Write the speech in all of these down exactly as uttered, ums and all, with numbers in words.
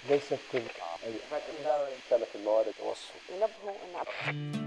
ليست تنفع أي إلا كانت الموارد توصل ينبهوا إن.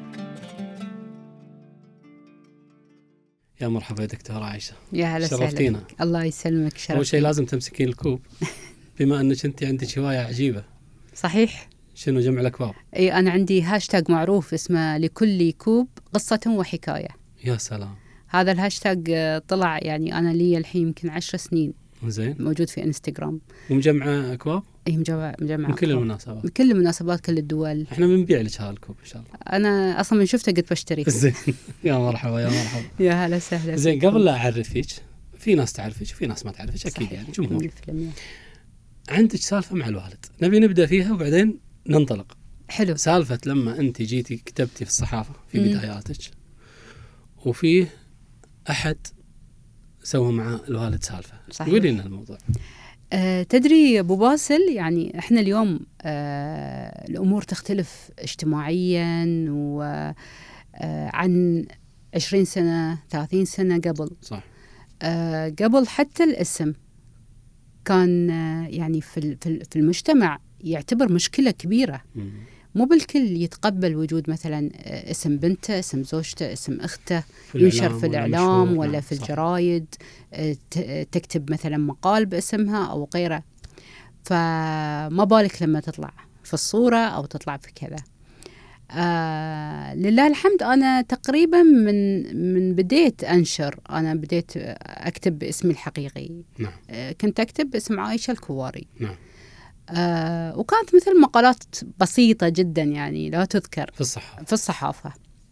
يا مرحبا يا دكتورة عائشة. يا هلا شرفتينا. سهلا. الله يسلمك. شرفتي. أول شيء لازم تمسكين الكوب بما أنك أنت عندك هواية عجيبة. صحيح. شنو جمع الأكواب؟ أي أنا عندي هاشتاج معروف اسمه لكل كوب قصة وحكاية. يا سلام. هذا الهاشتاج طلع يعني أنا لي الحين يمكن عشر سنين. زين. موجود في انستغرام. ومجمع أكواب؟ أي مجمع مجمع من كل المناسبات. من كل المناسبات كل الدول. إحنا بنبيع لك هذا الكوب إن شاء الله. أنا أصلا من شفته قلت بشتري. زين. يا مرحبا يا مرحبا. يا هلا سهلا. زين قبل لا أعرفك، في ناس تعرفك وفي ناس ما تعرفك أكيد يعني جمهور. عندك سالفة مع الوالد نبي نبدأ فيها وبعدين ننطلق. حلو. سالفة لما أنت جيتي كتبتي في الصحافة في بداياتك وفيه أحد سوى مع الوالد سالفة. قولي لنا الموضوع. أه تدري أبو باسل، يعني إحنا اليوم أه الأمور تختلف اجتماعيا وعن عشرين سنة ثلاثين سنة قبل. صح. أه قبل حتى الاسم كان أه يعني في في المجتمع يعتبر مشكلة كبيرة. م- مو بالكل يتقبل وجود مثلا اسم بنته، اسم زوجته، اسم أخته ينشر في الإعلام ولا في الجرايد، تكتب مثلا مقال باسمها أو غيره. فما بالك لما تطلع في الصورة أو تطلع في كذا. آه لله الحمد أنا تقريبا من من بديت أنشر، أنا بديت أكتب باسمي الحقيقي. نعم. آه كنت أكتب باسم عائشة الكواري. نعم. آه وكانت مثل مقالات بسيطة جدا يعني لا تذكر في الصحافة. في الصحافة.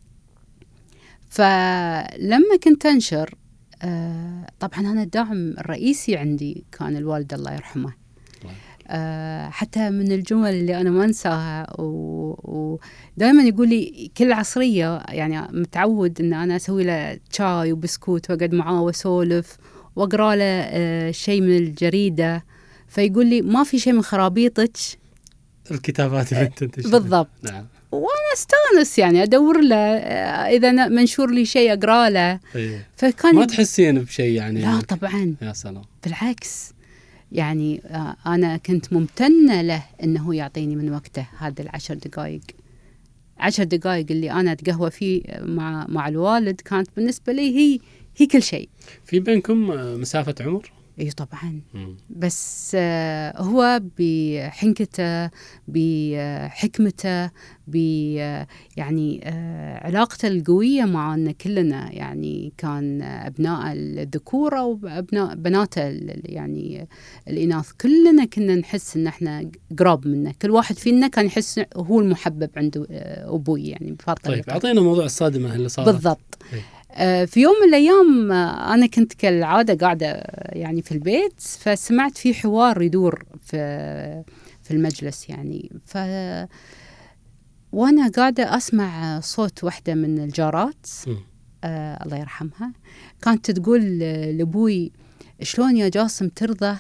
فلما كنت أنشر آه طبعا أنا الداعم الرئيسي عندي كان الوالد الله يرحمه. آه حتى من الجمل اللي أنا ما أنساها، ودائما يقول لي كل عصرية يعني متعود أن أنا أسوي له شاي وبسكوت وأقعد معاه وأسولف وأقرأ له آه شيء من الجريدة، فيقول لي ما في شيء من خرابيطك الكتابات اللي انت تنتشر. بالضبط. نعم. وانا استانس يعني ادور له اذا منشور لي شيء اقرا له. أيه. فكان ما تحسين بشيء يعني؟ لا يعني طبعا. يا سلام. بالعكس يعني انا كنت ممتنه له انه يعطيني من وقته هذه العشر دقائق عشر دقائق اللي انا اتقهوى فيه مع مع الوالد، كانت بالنسبه لي هي هي كل شيء. في بينكم مسافه عمر؟ اي طبعا. مم. بس هو بحنكته بحكمته ب يعني علاقته القوية معنا كلنا، يعني كان أبناء الذكورة وأبناء بناته يعني الإناث كلنا كنا نحس إن إحنا قراب منه، كل واحد فينا كان يحس هو المحبب عنده أبوي يعني بفضل. طيب أعطينا موضوع الصادمة اللي صارت. بالضبط. إيه؟ في يوم من الأيام أنا كنت كالعادة قاعدة يعني في البيت، فسمعت في حوار يدور في في المجلس يعني، ف وأنا قاعدة أسمع صوت واحدة من الجارات آه الله يرحمها كانت تقول لأبوي شلون يا جاسم ترضى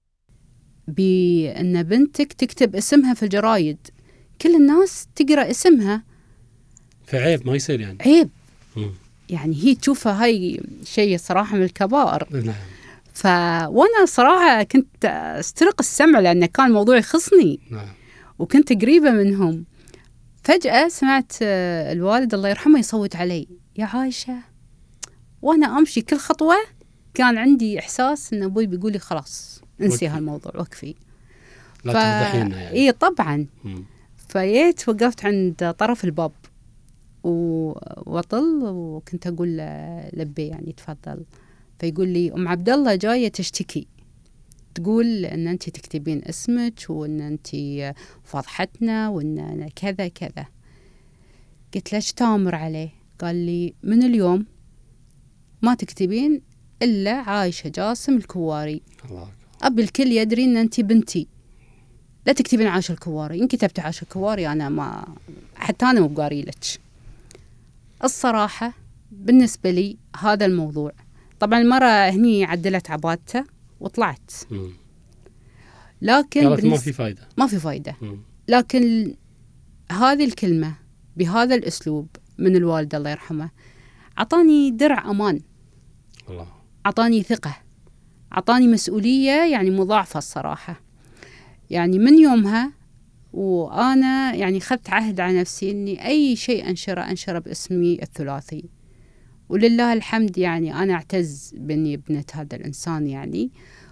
بأن بنتك تكتب اسمها في الجرايد، كل الناس تقرأ اسمها، فعيب ما يصير يعني. عيب. م. يعني هي تشوفها هاي شيء صراحة من الكبائر. نعم. ف وأنا صراحة كنت استرق السمع لأنه كان موضوع يخصني. نعم. وكنت قريبة منهم. فجأة سمعت الوالد الله يرحمه يصوت علي يا عائشة، وأنا أمشي كل خطوة كان عندي إحساس إن أبوي بيقول لي خلاص انسي هالموضوع وقفي. لا ف... تفضحينا يعني. إيه طبعا. م. فجيت وقفت عند طرف الباب وطل وكنت أقول لبي يعني تفضل. فيقول لي أم عبد الله جاية تشتكي، تقول أن أنت تكتبين اسمك وأن أنت فضحتنا وأن كذا كذا. قلت ليش تامر عليه؟ قال لي من اليوم ما تكتبين إلا عايشة جاسم الكواري. الله. أبي الكل يدري أن أنت بنتي، لا تكتبين عايشة الكواري. إن كتبت عايشة الكواري أنا ما حتى أنا مبقاري لك. الصراحة بالنسبة لي هذا الموضوع، طبعا المرة هني عدلت عبادته وطلعت. م. لكن بالنسبة ما في فايدة. ما في فايدة. م. لكن هذه الكلمة بهذا الأسلوب من الوالد الله يرحمه عطاني درع أمان. الله. عطاني ثقة، عطاني مسؤولية يعني مضاعفة الصراحة. يعني من يومها وأنا يعني خذت عهد على نفسي إني أي شيء أنشره أنشره باسمي الثلاثي، ولله الحمد يعني أنا أعتز بإني ابنة هذا الإنسان يعني،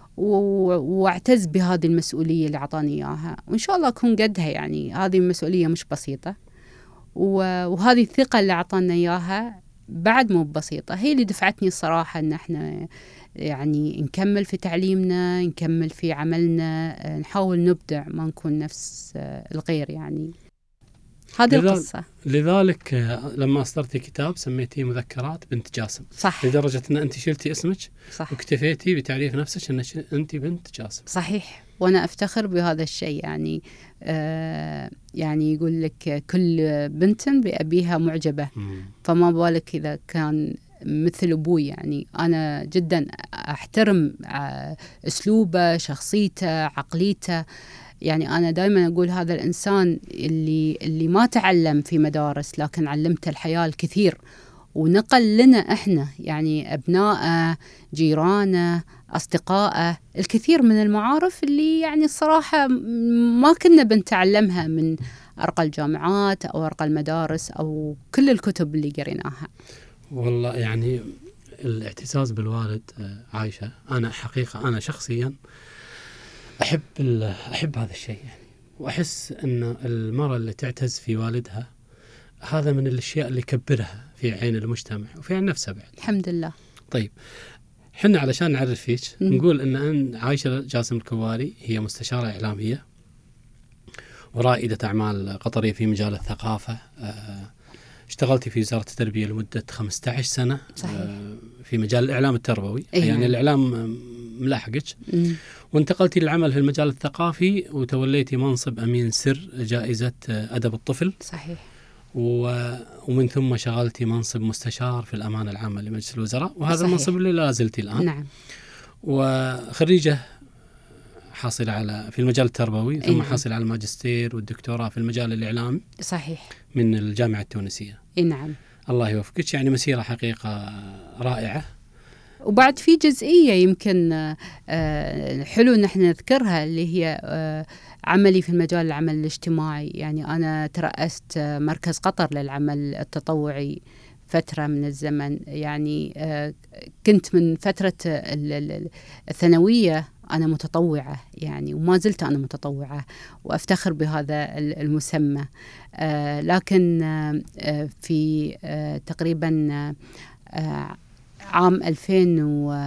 واعتز بهذه المسؤولية اللي أعطاني إياها، وإن شاء الله أكون قدها. يعني هذه المسؤولية مش بسيطة، وهذه الثقة اللي أعطانا إياها بعد مو بسيطة، هي اللي دفعتني الصراحة إن إحنا يعني نكمل في تعليمنا، نكمل في عملنا، نحاول نبدع، ما نكون نفس الغير يعني. هذه القصة. لذلك لما أصدرتي كتاب سميتيه مذكرات بنت جاسم. صح. لدرجة أن أنت شلتي اسمك. صح. واكتفيتي بتعريف نفسك أنك أنت بنت جاسم. صحيح، وأنا أفتخر بهذا الشيء يعني. آه يعني يقول لك كل بنت بأبيها معجبة، مم. فما بالك إذا كان مثل أبوي. يعني أنا جدا أحترم أسلوبه، شخصيته، عقليته. يعني أنا دائما أقول هذا الإنسان اللي اللي ما تعلم في مدارس لكن علمته الحياة الكثير، ونقل لنا إحنا يعني أبنائه، جيرانه، أصدقائه الكثير من المعارف اللي يعني الصراحة ما كنا بنتعلمها من أرقى الجامعات أو أرقى المدارس أو كل الكتب اللي قريناها. والله يعني الاعتزاز بالوالد عايشة، أنا حقيقة أنا شخصيا أحب أحب هذا الشيء يعني، وأحس أن المرأة اللي تعتز في والدها هذا من الأشياء اللي يكبرها في عين المجتمع وفي عين نفسها بعد. الحمد لله. طيب حنا علشان نعرف فيك نقول أن عايشة جاسم الكواري هي مستشارة إعلامية ورائدة أعمال قطرية في مجال الثقافة. اشتغلتي في وزارة التربية لمدة خمسة عشر سنة. صحيح. في مجال الإعلام التربوي. أيه. يعني الإعلام ملاحقك، وانتقلتي للعمل في المجال الثقافي وتوليتي منصب أمين سر جائزة أدب الطفل. صحيح. ومن ثم شغلتي منصب مستشار في الأمانة العامة لمجلس الوزراء، وهذا صحيح. المنصب اللي لا زلتي الآن. نعم. وخريجة حاصلة على في المجال التربوي، ثم حاصلة على الماجستير والدكتوراه في المجال الإعلامي. صحيح. من الجامعة التونسية. نعم. الله يوفقك، يعني مسيرة حقيقة رائعة. وبعد في جزئية يمكن حلو نحن نذكرها، اللي هي عملي في المجال العمل الاجتماعي. يعني أنا ترأست مركز قطر للعمل التطوعي فترة من الزمن. يعني كنت من فترة الثانوية أنا متطوعة يعني، وما زلت أنا متطوعة وأفتخر بهذا المسمى. لكن في تقريبا عام ألفين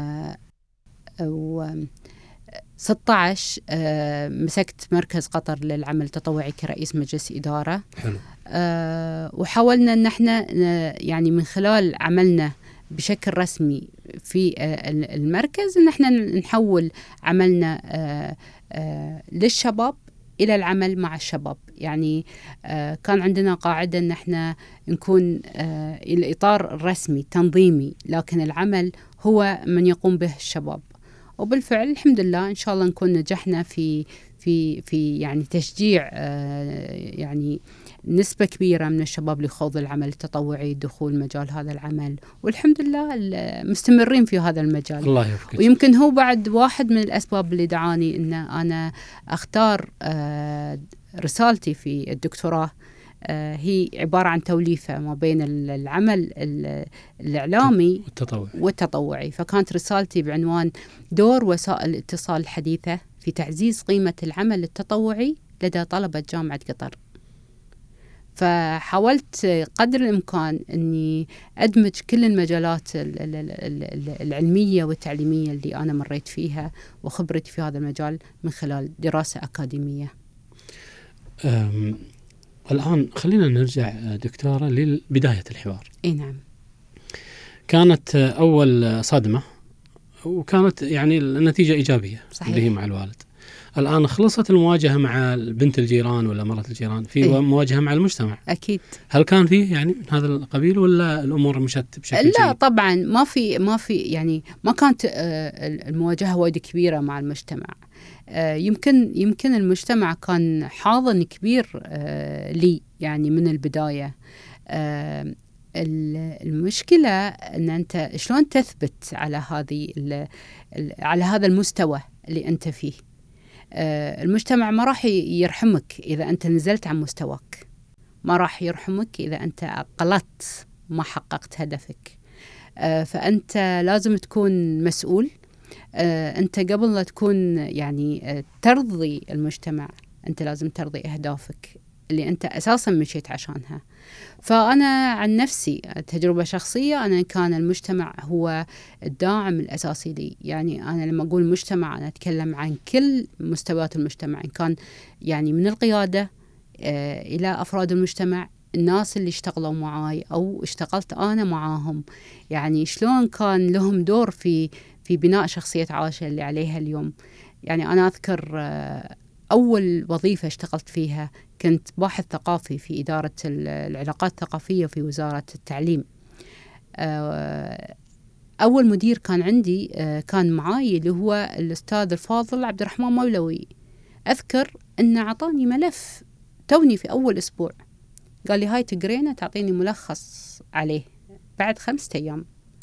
وستة عشر مسكت مركز قطر للعمل التطوعي كرئيس مجلس إدارة. حلو. وحاولنا أن احنا يعني من خلال عملنا بشكل رسمي في المركز أن احنا نحول عملنا للشباب إلى العمل مع الشباب. يعني كان عندنا قاعدة أن احنا نكون الإطار الرسمي تنظيمي، لكن العمل هو من يقوم به الشباب. وبالفعل الحمد لله إن شاء الله نكون نجحنا في في في يعني تشجيع يعني نسبة كبيرة من الشباب لخوض العمل التطوعي، دخول مجال هذا العمل، والحمد لله مستمرين في هذا المجال. الله يوفقك. ويمكن هو بعد واحد من الأسباب اللي دعاني أن أنا أختار رسالتي في الدكتوراه هي عبارة عن توليفة ما بين العمل الإعلامي والتطوعي. والتطوعي. فكانت رسالتي بعنوان دور وسائل الاتصال الحديثة في تعزيز قيمة العمل التطوعي لدى طلبة جامعة قطر. فحاولت قدر الإمكان أني أدمج كل المجالات العلمية والتعليمية اللي أنا مريت فيها وخبرتي في هذا المجال من خلال دراسة أكاديمية. الآن خلينا نرجع دكتورة لبداية الحوار. إيه نعم. كانت أول صدمة وكانت يعني النتيجة إيجابية. صحيح. اللي هي مع الوالد. الآن خلصت المواجهة مع بنت الجيران ولا مرة الجيران، في إيه؟ مواجهة مع المجتمع. أكيد. هل كان فيه يعني من هذا القبيل ولا الأمور مشت بشكل لا جيد؟ طبعا ما في ما في يعني ما كانت المواجهة وايد كبيرة مع المجتمع. يمكن يمكن المجتمع كان حاضن كبير لي يعني من البداية. المشكلة أن أنت شلون تثبت على هذه على هذا المستوى اللي أنت فيه. المجتمع ما راح يرحمك إذا أنت نزلت عن مستواك، ما راح يرحمك إذا أنت أقلت ما حققت هدفك. فأنت لازم تكون مسؤول. أنت قبل لا تكون يعني ترضي المجتمع، أنت لازم ترضي أهدافك اللي أنت أساساً مشيت عشانها. فأنا عن نفسي تجربة شخصية، أنا كان المجتمع هو الداعم الأساسي لي. يعني أنا لما أقول مجتمع أنا أتكلم عن كل مستويات المجتمع، إن كان يعني من القيادة آه إلى أفراد المجتمع، الناس اللي اشتغلوا معاي أو اشتغلت أنا معاهم، يعني شلون كان لهم دور في في بناء شخصية عائشة اللي عليها اليوم. يعني أنا أذكر آه أول وظيفة اشتغلت فيها كنت باحث ثقافي في إدارة العلاقات الثقافية في وزارة التعليم. أول مدير كان عندي كان معاي اللي هو الأستاذ الفاضل عبد الرحمن مولوي. أذكر أنه عطاني ملف توني في أول أسبوع، قال لي هاي تقرينه تعطيني ملخص عليه بعد خمسة أيام.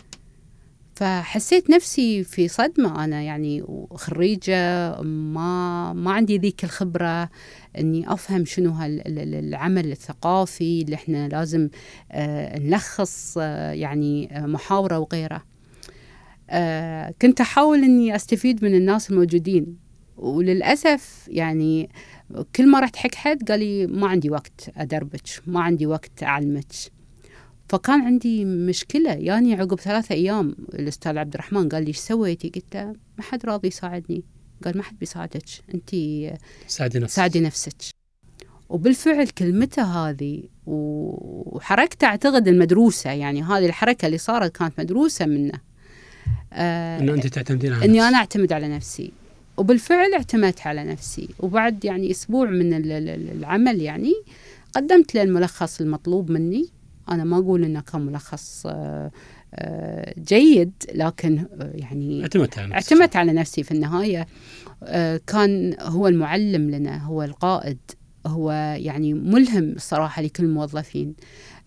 فحسيت نفسي في صدمة، أنا يعني خريجة ما ما عندي ذيك الخبرة إني أفهم شنو هالعمل الثقافي اللي إحنا لازم آه نلخص آه يعني آه محاورة وغيره. آه كنت أحاول إني أستفيد من الناس الموجودين، وللأسف يعني كل ما رحت حق حد قال لي ما عندي وقت أدربك، ما عندي وقت أعلمك. فكان عندي مشكلة يعني عقب ثلاثة أيام الأستاذ عبد الرحمن قال لي إيش سويتي؟ قلت له ما حد راضي يساعدني. قال ما حد بيساعدك، أنتي ساعدي نفسك. ساعدي نفسك. وبالفعل كلمته هذه وحركته أعتقد المدروسة، يعني هذه الحركة اللي صارت كانت مدروسة منه، آه إنه أنت تعتمدين على إني نفسك. أنا أعتمد على نفسي. وبالفعل اعتمدت على نفسي، وبعد يعني أسبوع من العمل يعني قدمت له الملخص المطلوب مني. أنا ما أقول إنه كان ملخص جيد، لكن يعني اعتمدت على نفسي. اعتمدت على نفسي في النهاية. كان هو المعلم لنا، هو القائد، هو يعني ملهم الصراحة لكل الموظفين.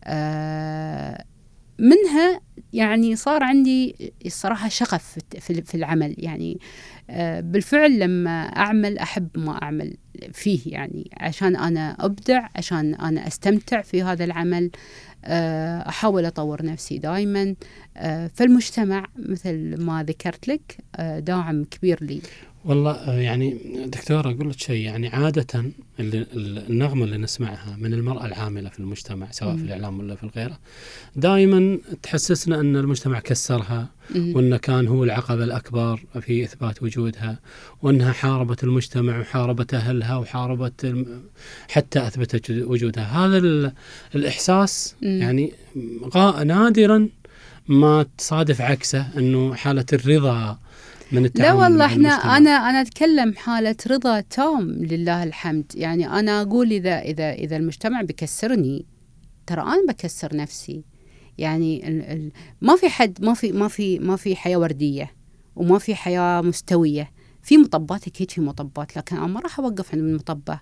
منها يعني صار عندي الصراحة شغف في العمل. يعني بالفعل لما أعمل أحب ما أعمل فيه، يعني عشان أنا أبدع، عشان أنا أستمتع في هذا العمل، أحاول أطور نفسي دائما. فالمجتمع مثل ما ذكرت لك داعم كبير لي. والله يعني دكتورة أقول لك شيء، يعني عادة اللي النغمة اللي نسمعها من المرأة العاملة في المجتمع سواء م. في الإعلام ولا في الغيرة دائما تحسسنا أن المجتمع كسرها، وأنه كان هو العقبة الأكبر في إثبات وجودها، وأنها حاربت المجتمع وحاربت أهلها وحاربت حتى أثبتت وجودها. هذا الإحساس م. يعني نادرا ما تصادف عكسه، أنه حالة الرضا من التعامل. لا والله احنا انا انا اتكلم حاله رضا تام لله الحمد. يعني انا اقول اذا اذا اذا المجتمع بكسرني، ترى انا بكسر نفسي. يعني ال ال ما في حد، ما في ما في ما في حياه ورديه، وما في حياه مستويه. في مطبات اكيد، في مطبات، لكن انا ما راح اوقف عند المطبه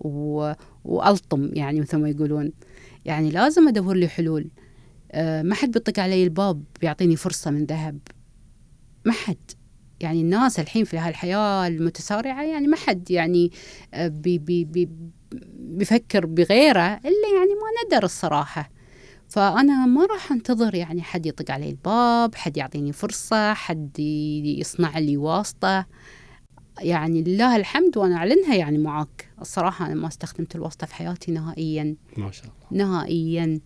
والطم يعني مثل ما يقولون. يعني لازم ادور لي حلول. أه ما حد بيطق علي الباب بيعطيني فرصه من ذهب، ما حد. يعني الناس الحين في هالحياة المتسارعة يعني ما حد يعني بي بي بي بيفكر بغيره إلا يعني ما ندر الصراحة. فأنا ما راح أنتظر يعني حد يطق علي الباب، حد يعطيني فرصة، حد يصنع لي واسطة. يعني لله الحمد وأنا أعلنها يعني معك الصراحة، أنا ما استخدمت الواسطة في حياتي نهائيا. ما شاء الله نهائيا.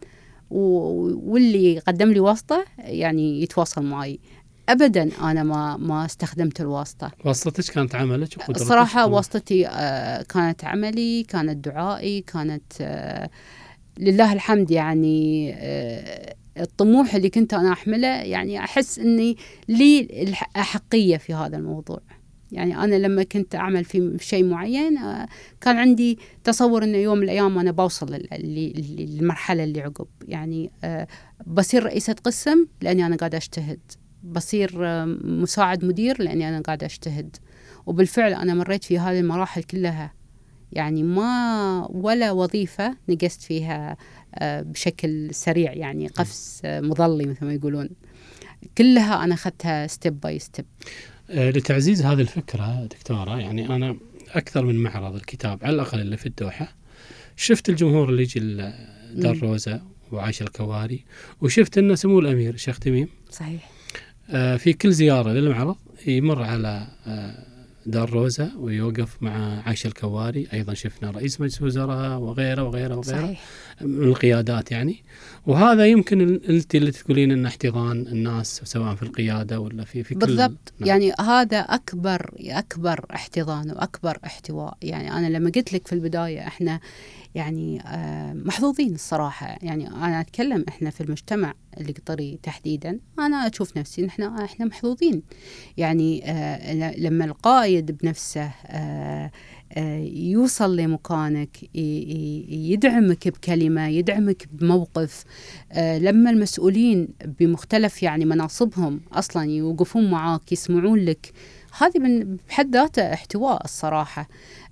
واللي قدم لي واسطة يعني يتواصل معي. أبداً أنا ما ما استخدمت الواسطة. واسطتك كانت عملك وقدرتك؟ الصراحة واسطتي آه كانت عملي، كانت دعائي، كانت آه لله الحمد. يعني آه الطموح اللي كنت أنا أحمله، يعني أحس أني لي الأحقية في هذا الموضوع. يعني أنا لما كنت أعمل في شيء معين آه كان عندي تصور أنه يوم من الأيام أنا بوصل للمرحلة اللي عقب. يعني آه بصير رئيسة قسم لأني أنا قاعدة أجتهد، بصير مساعد مدير لأني أنا قاعدة أجتهد. وبالفعل أنا مريت في هذه المراحل كلها. يعني ما ولا وظيفة نقصت فيها بشكل سريع، يعني قفز مظلي مثل ما يقولون. كلها أنا أخذتها ستيب باي ستيب. لتعزيز هذه الفكرة دكتورة، يعني أنا أكثر من معرض الكتاب على الأقل اللي في الدوحة، شفت الجمهور اللي يجي دار روزة وعائشة الكواري، وشفت أن سمو الأمير الشيخ تميم صحيح آه في كل زيارة للمعرض يمر على آه دار روزة ويوقف مع عائشة الكواري. أيضا شفنا رئيس مجلس وزراء وغيره وغيره وغيره صحيح. من القيادات يعني. وهذا يمكن أنت اللي تقولين أن احتضان الناس سواء في القيادة ولا في في بالضبط كل... يعني هذا أكبر أكبر احتضان وأكبر احتواء. يعني أنا لما قلت لك في البداية إحنا يعني محظوظين الصراحة. يعني أنا أتكلم إحنا في المجتمع القطري تحديدا، أنا أشوف نفسي إحنا إحنا محظوظين. يعني لما القائد بنفسه يوصل لمكانك، يدعمك بكلمة، يدعمك بموقف، لما المسؤولين بمختلف يعني مناصبهم أصلا يوقفون معاك يسمعون لك، هذه من بحد ذاته احتواء الصراحة.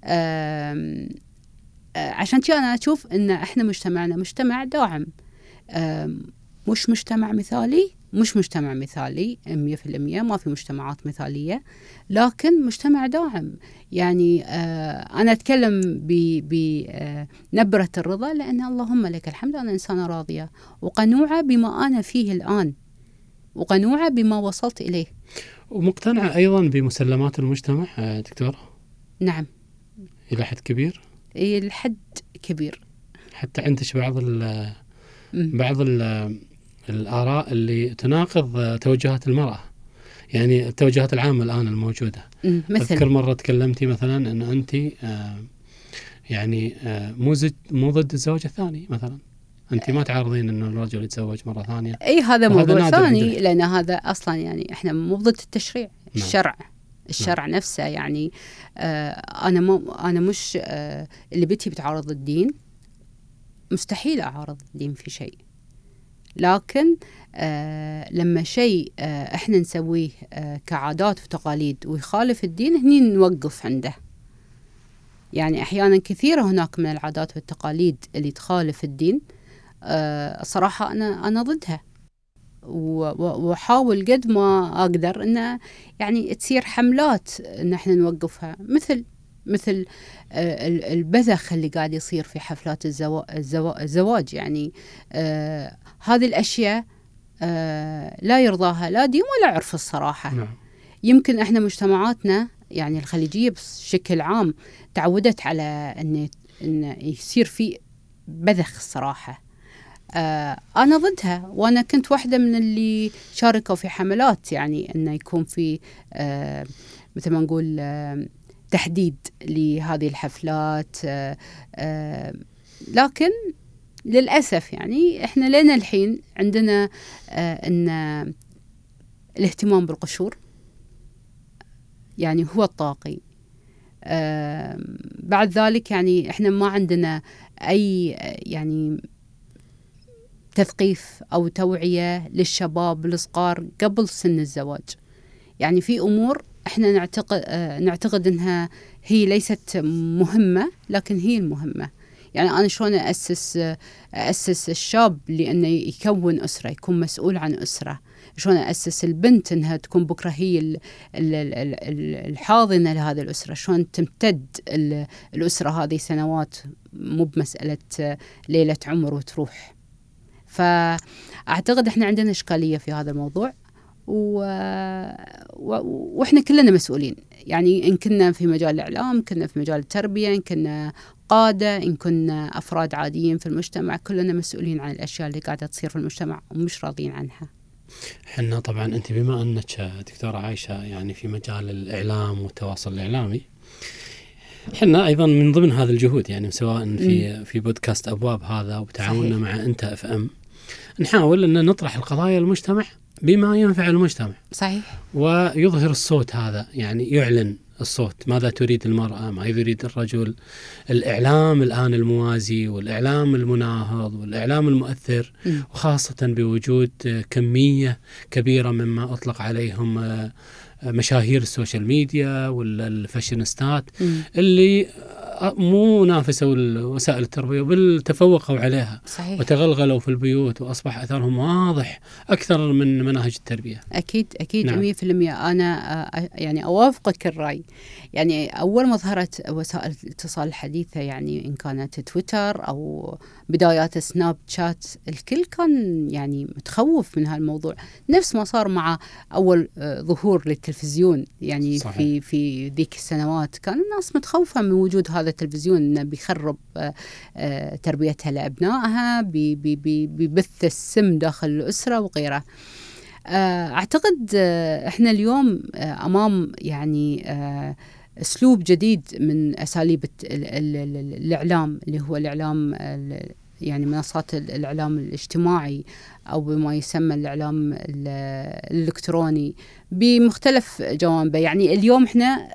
عشان كذا أنا أشوف إن إحنا مجتمعنا مجتمع داعم، مش مجتمع مثالي، مش مجتمع مثالي مية في المية، ما في مجتمعات مثالية، لكن مجتمع داعم. يعني أنا أتكلم بنبرة الرضا، لأن اللهم لك الحمد أنا إنسانة راضية وقنوعة بما أنا فيه الآن، وقنوعة بما وصلت إليه، ومقتنعة أيضا بمسلمات المجتمع دكتورة. نعم إلى حد كبير، إلى حد كبير. حتى عندش بعض ال بعض ال الآراء اللي تناقض توجهات المرأة، يعني التوجهات العامة الآن الموجودة. مثل أذكر مرة تكلمتي مثلا أن أنت آه يعني آه مو زد مو ضد الزواج الثاني مثلا، أنت ما تعارضين أن الرجل يتزوج مرة ثانية. أي هذا موضوع ثاني، لأن هذا أصلا يعني إحنا مو ضد التشريع. نعم. الشرع الشرع نعم. نفسه يعني آه أنا مو أنا مش آه اللي بتي بتعارض الدين، مستحيل أعارض الدين في شيء، لكن آه لما شيء آه إحنا نسويه آه كعادات وتقاليد ويخالف الدين، هني نوقف عنده. يعني أحيانا كثيرة هناك من العادات والتقاليد اللي تخالف الدين، آه صراحة أنا أنا ضدها، وحاول قد ما أقدر إنه يعني تصير حملات إن إحنا نوقفها، مثل مثل آه البذخ اللي قاعد يصير في حفلات الزوا الزوا الزواج. يعني آه هذه الأشياء آه لا يرضاها لا دين ولا عرف الصراحة. نعم. يمكن إحنا مجتمعاتنا يعني الخليجية بشكل عام تعودت على إن إن يصير في بذخ الصراحة. آه أنا ضدها، وأنا كنت واحدة من اللي شاركوا في حملات يعني إنه يكون في آه مثل ما نقول آه تحديد لهذه الحفلات. آه آه لكن للأسف يعني إحنا لنا الحين عندنا آه إن الاهتمام بالقشور يعني هو الطاغي. آه بعد ذلك يعني إحنا ما عندنا أي يعني تثقيف أو توعية للشباب الصغار قبل سن الزواج. يعني في أمور إحنا نعتقد آه نعتقد إنها هي ليست مهمة، لكن هي المهمة. يعني أنا شلون أسس أسس الشاب لأنه يكون أسرة، يكون مسؤول عن أسرة، شلون أسس البنت إنها تكون بكرة هي ال ال ال الحاضنة لهذه الأسرة، شلون تمتد الأسرة هذه سنوات، مو بمسألة ليلة عمر وتروح. فأعتقد إحنا عندنا إشكالية في هذا الموضوع، و... و... وإحنا كلنا مسؤولين. يعني إن كنا في مجال الإعلام، كنا في مجال التربية، إن كنا قادة، إن كنا أفراد عاديين في المجتمع، كلنا مسؤولين عن الأشياء اللي قاعدة تصير في المجتمع ومش راضين عنها. حنا طبعا أنت بما أنك دكتورة عايشة يعني في مجال الإعلام والتواصل الإعلامي، حنا أيضا من ضمن هذا الجهود يعني سواء في في بودكاست أبواب هذا وبتعاوننا مع أنت اف ام، نحاول أن نطرح القضايا المجتمع بما ينفع المجتمع. صحيح. ويظهر الصوت هذا، يعني يعلن الصوت، ماذا تريد المرأة، ما يريد الرجل. الإعلام الآن الموازي والإعلام المناهض والإعلام المؤثر، م. وخاصة بوجود كمية كبيرة مما أطلق عليهم مشاهير السوشيال ميديا والفاشينستات، اللي مو نافسوا وسائل التربية بل تفوقوا عليها. صحيح. وتغلغلوا في البيوت وأصبح أثرهم واضح أكثر من مناهج التربية. أكيد أكيد. نعم. مية في المية أنا يعني أوافقك الرأي. يعني أول ما ظهرت وسائل الاتصال الحديثة، يعني إن كانت تويتر أو بدايات سناب شات، الكل كان يعني متخوف من هالموضوع، نفس ما صار مع أول ظهور للتلفزيون. يعني صحيح. في في ذيك السنوات كان الناس متخوفة من وجود هذا التلفزيون، إنه بيخرب تربيتها لأبنائها، بيبث السم داخل الأسرة وغيره. أعتقد إحنا اليوم أمام يعني أسلوب جديد من أساليب الإعلام، اللي هو الإعلام يعني منصات الإعلام الاجتماعي أو بما يسمى الإعلام الإلكتروني بمختلف جوانبه. يعني اليوم إحنا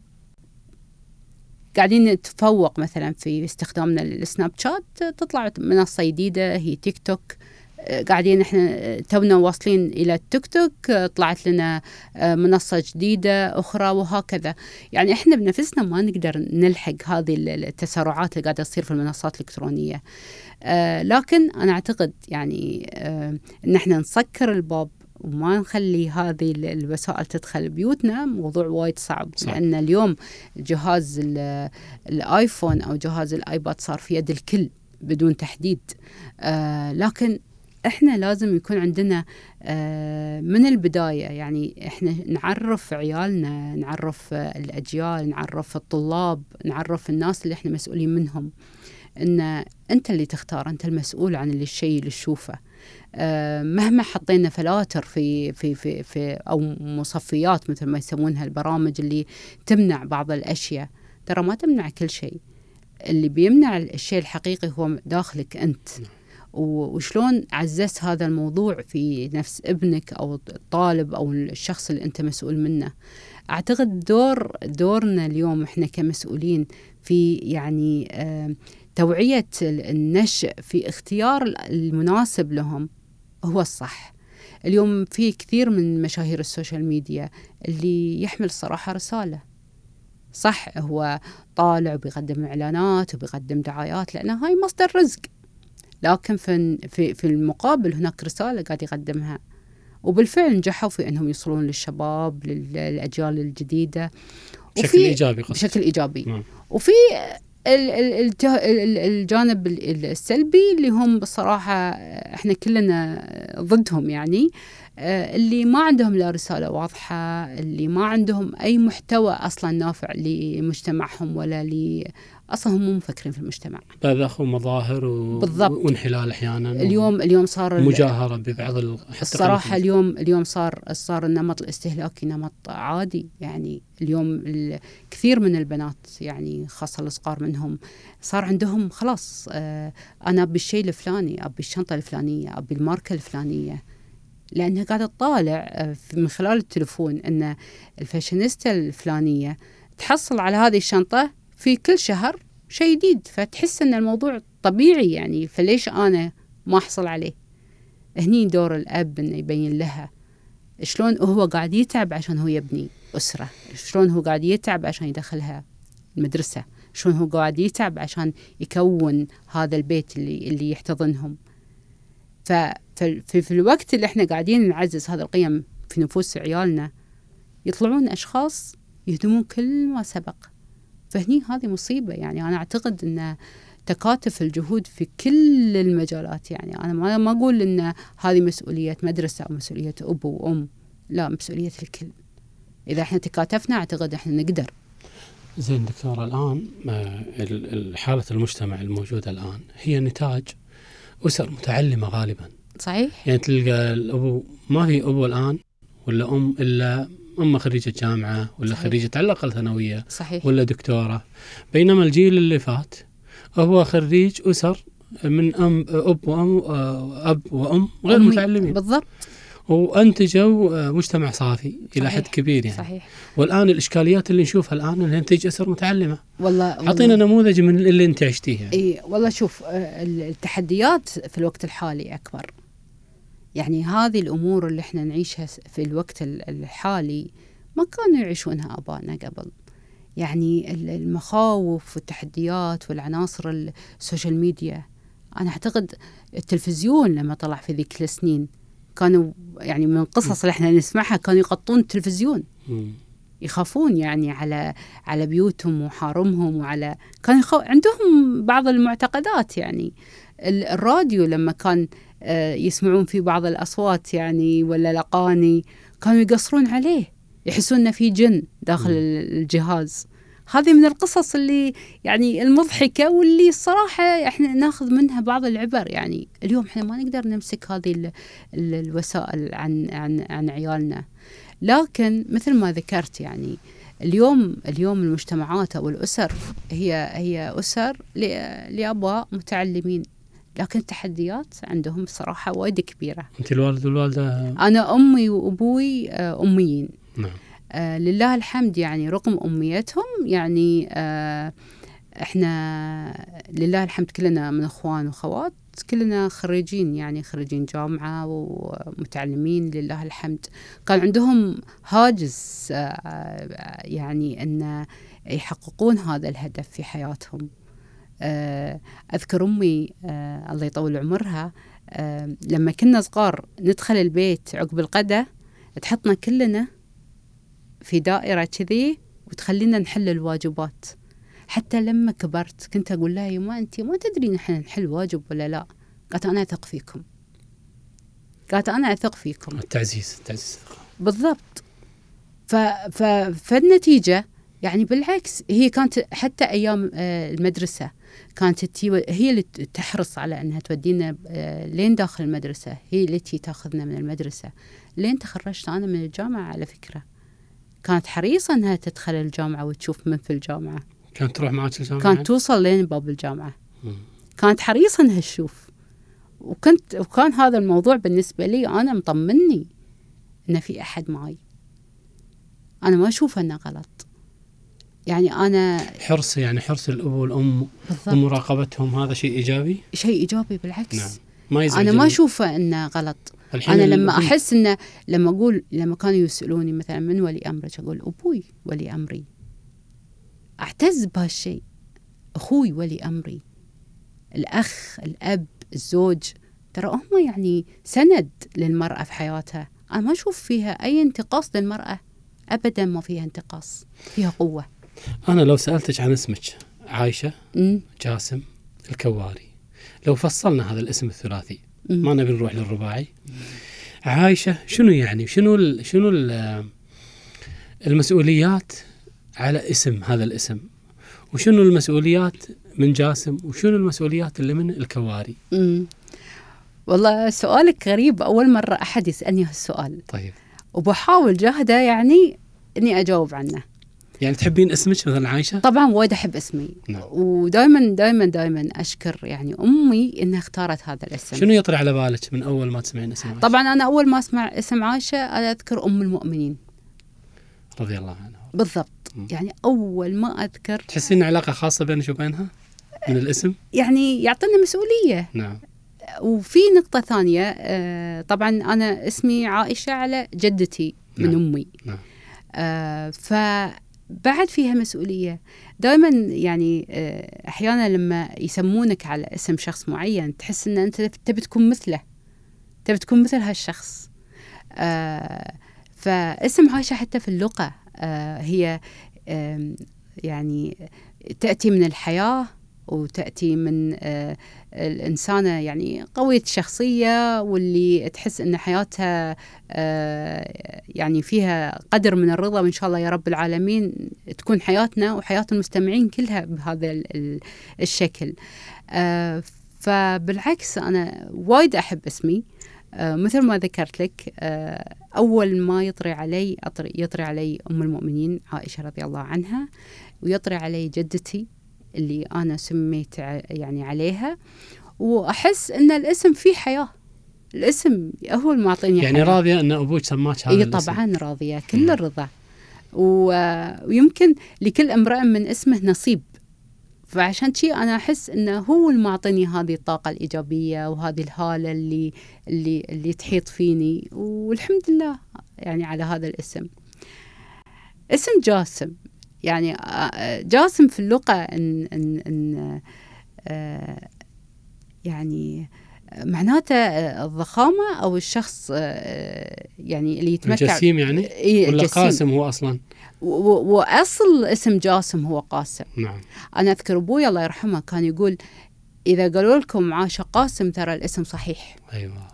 قاعدين نتفوق مثلا في استخدامنا للسناب شات، تطلع منصة جديدة هي تيك توك، قاعدين احنا تونا واصلين الى التيك توك، طلعت لنا منصة جديدة اخرى وهكذا. يعني احنا بنفسنا ما نقدر نلحق هذه التسارعات اللي قاعدة تصير في المنصات الإلكترونية. آه لكن انا اعتقد يعني آه ان احنا نسكر الباب وما نخلي هذه الوسائل تدخل بيوتنا، موضوع وايد صعب. صح. لأن اليوم جهاز الآيفون أو جهاز الآيباد صار في يد الكل بدون تحديد. آه لكن إحنا لازم يكون عندنا آه من البداية، يعني إحنا نعرف عيالنا، نعرف الأجيال، نعرف الطلاب، نعرف الناس اللي إحنا مسؤولين منهم إن أنت اللي تختار، أنت المسؤول عن الشيء اللي تشوفه. آه مهما حطينا فلاتر في في في في أو مصفيات مثل ما يسمونها البرامج اللي تمنع بعض الأشياء، ترى ما تمنع كل شيء. اللي بيمنع الشيء الحقيقي هو داخلك أنت. وشلون عززت هذا الموضوع في نفس ابنك أو الطالب أو الشخص اللي أنت مسؤول منه. أعتقد دور دورنا اليوم إحنا كمسؤولين في يعني آه توعية النشء في اختيار المناسب لهم هو الصح. اليوم في كثير من مشاهير السوشيال ميديا اللي يحمل صراحة رسالة صح، هو طالع وبيقدم إعلانات وبيقدم دعايات لأن هاي مصدر رزق، لكن في في في المقابل هناك رسالة قاعد يقدمها، وبالفعل نجحوا في أنهم يوصلون للشباب للأجيال الجديدة بشكل إيجابي قصد. بشكل إيجابي. م. وفي الجانب السلبي اللي هم بصراحة احنا كلنا ضدهم، يعني اللي ما عندهم لا رسالة واضحة، اللي ما عندهم أي محتوى أصلا نافع لمجتمعهم ولا لي أصلا هم مو مفكرين في المجتمع. بذخ ومظاهر و... وانحلال أحيانا اليوم اليوم صار مجاهرة ببعض ال... الصراحة اليوم اليوم صار صار النمط الاستهلاكي نمط عادي. يعني اليوم كثير من البنات يعني خاصة الصغار منهم صار عندهم خلاص آه أنا أبي الشيء الفلاني، أبي الشنطة الفلانية، أبي الماركة الفلانية، لأنها قاعدة تطالع من خلال التلفون أن الفاشينيستا الفلانية تحصل على هذه الشنطة في كل شهر شيء جديد، فتحس أن الموضوع طبيعي، يعني فليش أنا ما أحصل عليه؟ هني دور الأب أنه يبين لها شلون هو قاعد يتعب عشان هو يبني أسرة، شلون هو قاعد يتعب عشان يدخلها المدرسة، شلون هو قاعد يتعب عشان يكون هذا البيت اللي اللي يحتضنهم. ففي في الوقت اللي احنا قاعدين نعزز هذا القيم في نفوس عيالنا، يطلعون أشخاص يهدمون كل ما سبق. فهني هذه مصيبة. يعني أنا أعتقد أن تكاتف الجهود في كل المجالات، يعني أنا ما ما أقول أن هذه مسؤولية مدرسة أو مسؤولية أب وأم، لا، مسؤولية الكل. إذا احنا تكاتفنا أعتقد احنا نقدر. زين دكتورة، الآن حالة المجتمع الموجودة الآن هي نتاج أسر متعلمة غالبا. صحيح. يعني تلقى الأبو ما في أبو الآن ولا أم إلا أم خريجة جامعة ولا صحيح. خريجة على الأقل ثانوية صحيح. ولا دكتورة، بينما الجيل اللي فات هو خريج أسر من أم أب وأم أب وأم غير أمي. متعلمين بالضبط، وأنتجوا مجتمع صافي إلى حد كبير يعني. صحيح. والآن الإشكاليات اللي نشوفها الآن اللي ننتج أسر متعلمة. والله أعطينا نموذج من اللي أنت عشتيها. إيه والله، شوف التحديات في الوقت الحالي أكبر. يعني هذه الأمور اللي احنا نعيشها في الوقت الحالي ما كانوا يعيشونها آبائنا قبل. يعني المخاوف والتحديات والعناصر السوشيال ميديا. أنا أعتقد التلفزيون لما طلع في ذيك السنين كانوا يعني من القصص اللي احنا نسمعها كانوا يغطون التلفزيون، يخافون يعني على على بيوتهم وحارمهم، وعلى كان يخو... عندهم بعض المعتقدات. يعني الراديو لما كان يسمعون فيه بعض الأصوات يعني ولا الأغاني كانوا يقصرون عليه، يحسون إنه في جن داخل الجهاز. هذه من القصص اللي يعني المضحكة واللي الصراحة احنا ناخذ منها بعض العبر. يعني اليوم احنا ما نقدر نمسك هذه ال ال الوسائل عن عن عن عيالنا، لكن مثل ما ذكرت يعني اليوم اليوم المجتمعات او الاسر هي هي اسر لاباء متعلمين، لكن التحديات عندهم صراحة وايد كبيرة. انت الوالد والوالدة؟ انا امي وابوي اميين. نعم. آه لله الحمد، يعني رغم أميتهم يعني آه إحنا لله الحمد كلنا من أخوان وخوات، كلنا خريجين يعني خريجين جامعة ومتعلمين لله الحمد. كان عندهم هاجس آه يعني أن يحققون هذا الهدف في حياتهم. آه أذكر أمي آه الله يطول عمرها آه لما كنا صغار ندخل البيت عقب الغداء تحطنا كلنا في دائرة كذي وتخلينا نحل الواجبات. حتى لما كبرت كنت أقول لها ما أنت ما تدري نحن نحل واجب ولا لا. قالت أنا أثق فيكم، قالت أنا أثق فيكم. التعزيز التعزيز بالضبط. ف ف فالنتيجة يعني بالعكس هي كانت حتى أيام المدرسة كانت هي اللي تحرص على أنها تودينا لين داخل المدرسة، هي التي تأخذنا من المدرسة لين تخرجت أنا من الجامعة. على فكرة كانت حريصة أنها تدخل الجامعة وتشوف من في الجامعة، كانت تروح معك الجامعة، كانت توصل لين باب الجامعة. مم. كانت حريصة أنها تشوف، وكنت وكان هذا الموضوع بالنسبة لي أنا مطمني أن في أحد معي، أنا ما أشوف أنه غلط. يعني أنا حرص يعني حرص الأب والأم بالضبط. ومراقبتهم هذا شيء إيجابي، شيء إيجابي بالعكس. نعم. ما أنا ما أشوفه أنه غلط. أنا لما أحس إنه لما أقول لما كانوا يسألوني مثلا من ولي أمرك أقول أبوي ولي أمري، أعتز بهالشيء. أخوي ولي أمري، الأخ، الأب، الزوج، ترى هم يعني سند للمرأة في حياتها. أنا ما أشوف فيها أي انتقاص للمرأة أبدا، ما فيها انتقاص، فيها قوة. أنا لو سألتك عن اسمك عايشة م? جاسم الكواري، لو فصلنا هذا الاسم الثلاثي م? ما نبي نروح للرباعي، عايشة شنو يعني شنو ال شنو ال المسؤوليات على اسم هذا الاسم، وشنو المسؤوليات من جاسم، وشنو المسؤوليات اللي من الكواري؟ م? والله سؤالك غريب، أول مرة أحد يسألني هالسؤال. طيب. وبحاول جاهدة يعني إني أجاوب عنه. يعني تحبين اسمك مثلا عايشة؟ طبعا وايد أحب اسمي. نعم. ودائما دائما دائما أشكر يعني أمي إنها اختارت هذا الاسم. شنو يطري على بالك من أول ما تسمعين اسم عايشة؟ طبعا أنا أول ما أسمع اسم عايشة أنا أذكر أم المؤمنين رضي الله عنها. بالضبط. م. يعني أول ما أذكر. تحسين علاقة خاصة بينك وبينها من الاسم؟ يعني يعطينا مسؤولية. نعم. وفي نقطة ثانية آه طبعا أنا اسمي عائشة على جدتي من نعم. أمي. نعم. آه فبعد فيها مسؤولية. دائما يعني آه أحيانا لما يسمونك على اسم شخص معين تحس أن أنت تبي تكون مثله، تبي تكون مثل هالشخص. آه فاسم عائشة حتى في اللغة آه هي آه يعني تأتي من الحياة، وتأتي من آه الإنسانة يعني قوية الشخصية، واللي تحس أن حياتها آه يعني فيها قدر من الرضا، وإن شاء الله يا رب العالمين تكون حياتنا وحياة المستمعين كلها بهذا الشكل. آه فبالعكس أنا وايد أحب اسمي. آه مثل ما ذكرت لك آه أول ما يطري علي أطري يطري علي أم المؤمنين عائشة رضي الله عنها، ويطري علي جدتي اللي أنا سميت يعني عليها، وأحس أن الاسم فيه حياة. الاسم هو المعطيني يعني حياة. راضية أن أبوك سماك هذا الاسم؟ طبعا راضية كل الرضا. ويمكن لكل امرأة من اسمه نصيب، فعشان شيء أنا أحس أنه هو المعطيني هذه الطاقة الإيجابية وهذه الهالة اللي اللي اللي تحيط فيني، والحمد لله يعني على هذا الاسم. اسم جاسم يعني جاسم في اللغة إن, إن, إن يعني معناته الضخامة أو الشخص يعني اللي يتمتع الجسيم يعني إيه ولا الجسيم. قاسم هو أصلا؟ وأصل اسم جاسم هو قاسم. نعم. أنا أذكر أبوي الله يرحمه كان يقول إذا قالوا لكم عاش قاسم ترى الاسم صحيح. أيوة.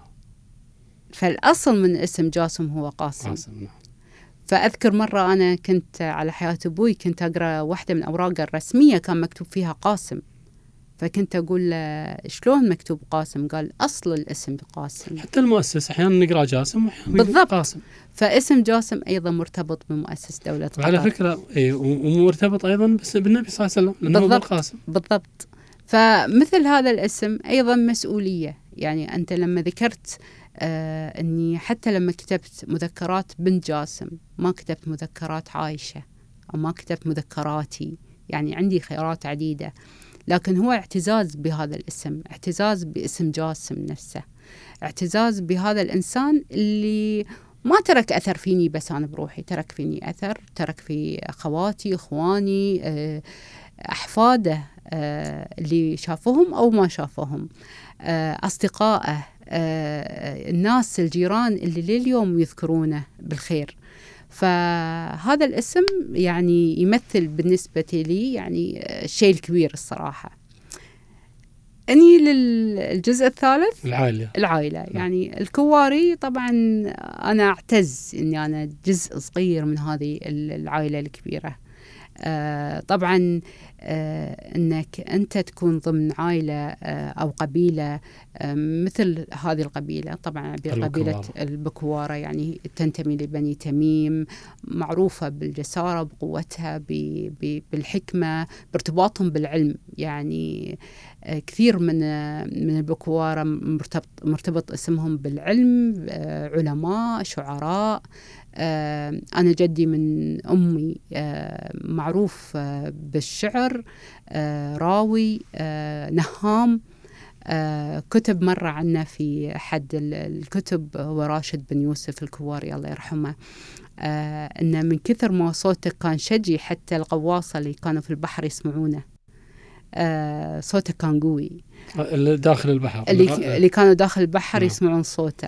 فالأصل من اسم جاسم هو قاسم. قاسم نعم. فأذكر مرة أنا كنت على حياة أبوي كنت أقرأ واحدة من أوراقه الرسمية كان مكتوب فيها قاسم، فكنت أقول شلون مكتوب قاسم؟ قال أصل الاسم قاسم. حتى المؤسس أحيانا نقرأ جاسم وأحيانا بالضبط قاسم. فاسم جاسم أيضا مرتبط بمؤسس دولة قطر. على فكرة إيه ومرتبط أيضا بس بالنبي صلى الله عليه وسلم لأنه بالضبط. قاسم. بالضبط. فمثل هذا الاسم أيضا مسؤولية. يعني أنت لما ذكرت آه أني حتى لما كتبت مذكرات بنت جاسم ما كتبت مذكرات عايشة أو ما كتبت مذكراتي، يعني عندي خيارات عديدة، لكن هو اعتزاز بهذا الاسم، اعتزاز باسم جاسم نفسه، اعتزاز بهذا الإنسان اللي ما ترك أثر فيني بس أنا بروحي، ترك فيني أثر، ترك في أخواتي أخواني أحفاده اللي شافوهم أو ما شافوهم، أصدقائه، الناس الجيران اللي لليوم يذكرونه بالخير. فهذا الاسم يعني يمثل بالنسبة لي يعني الشيء الكبير الصراحة. أني للجزء الثالث العائلة. العائلة يعني الكواري، طبعا أنا أعتز أني أنا جزء صغير من هذه العائلة الكبيرة. آه طبعا آه أنك أنت تكون ضمن عائلة آه أو قبيلة آه مثل هذه القبيلة، طبعا قبيلة البكوارة يعني تنتمي لبني تميم، معروفة بالجسارة بقوتها بالحكمة بارتباطهم بالعلم. يعني آه كثير من آه من البكوارة مرتبط, مرتبط اسمهم بالعلم، آه علماء شعراء. آه أنا جدي من أمي آه معروف آه بالشعر، آه راوي، آه نهام، آه كتب مرة عنا في أحد الكتب هو راشد بن يوسف الكواري الله يرحمه، آه إنه من كثر ما صوته كان شجي حتى الغواصة اللي كانوا في البحر يسمعونه. آه صوته كان قوي، اللي داخل البحر اللي, اللي كانوا داخل البحر يسمعون صوته.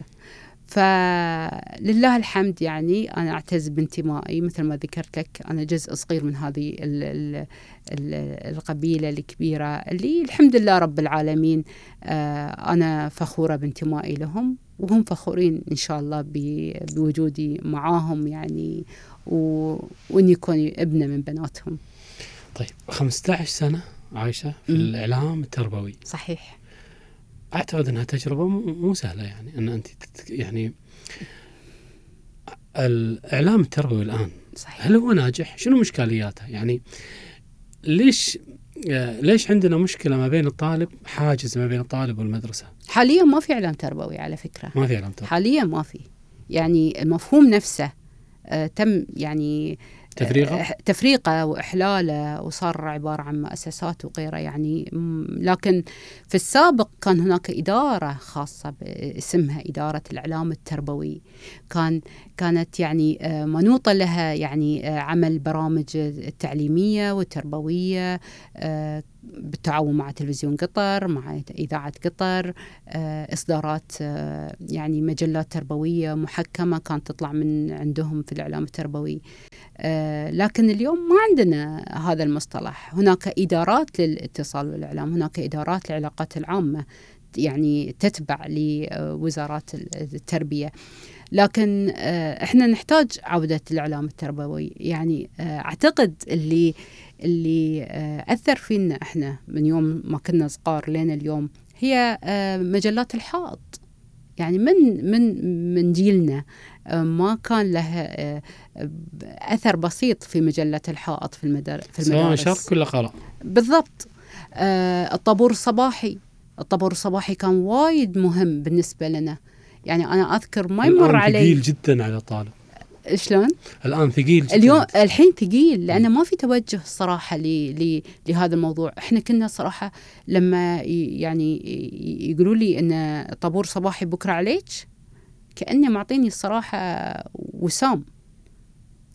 فلله الحمد يعني أنا أعتز بانتمائي مثل ما ذكرت لك، أنا جزء صغير من هذه ال ال ال القبيلة الكبيرة اللي الحمد لله رب العالمين آه أنا فخورة بانتمائي لهم، وهم فخورين إن شاء الله بوجودي معاهم يعني، وإني يكوني ابنة من بناتهم. طيب خمسة عشر سنة عايشة في م. الإعلام التربوي. صحيح. أعتقد أنها تجربة مو سهلة، يعني أن أنت يعني الإعلام التربوي الآن صحيح. هل هو ناجح؟ شنو مشكلياته؟ يعني ليش ليش عندنا مشكلة ما بين الطالب، حاجز ما بين الطالب والمدرسة؟ حاليا ما في إعلام تربوي على فكرة. ما في إعلام تربوي حاليا، ما في. يعني المفهوم نفسه آه تم يعني تفريقه تفريقه وإحلاله وصار عبارة عن مؤسسات وغيره يعني. لكن في السابق كان هناك إدارة خاصة اسمها إدارة الإعلام التربوي، كان كانت يعني منوطة لها يعني عمل برامج التعليمية والتربوية بالتعاون مع تلفزيون قطر، مع إذاعة قطر، إصدارات يعني مجلات تربوية محكمة كانت تطلع من عندهم في الإعلام التربوي. لكن اليوم ما عندنا هذا المصطلح. هناك إدارات للاتصال والإعلام، هناك إدارات العلاقات العامة يعني تتبع لوزارات التربية، لكن إحنا نحتاج عودة الإعلام التربوي. يعني أعتقد اللي اللي أثر فينا إحنا من يوم ما كنا صغار لين اليوم هي مجلات الحائط. يعني من من من جيلنا ما كان له أثر بسيط في مجلة الحائط في المدارس، في المدارس سواء شرق ولا غرب. بالضبط. الطابور الصباحي، الطابور الصباحي كان وايد مهم بالنسبة لنا. يعني أنا أذكر ما يمر علي. ثقيل جدا على الطالب. شلون؟ الآن ثقيل جدا. اليوم الحين ثقيل لأنه ما في توجه صراحة ل لهذا الموضوع. إحنا كنا صراحة لما يعني يقولوا لي إن طابور صباحي بكرة عليك، كأني معطيني الصراحة وسام.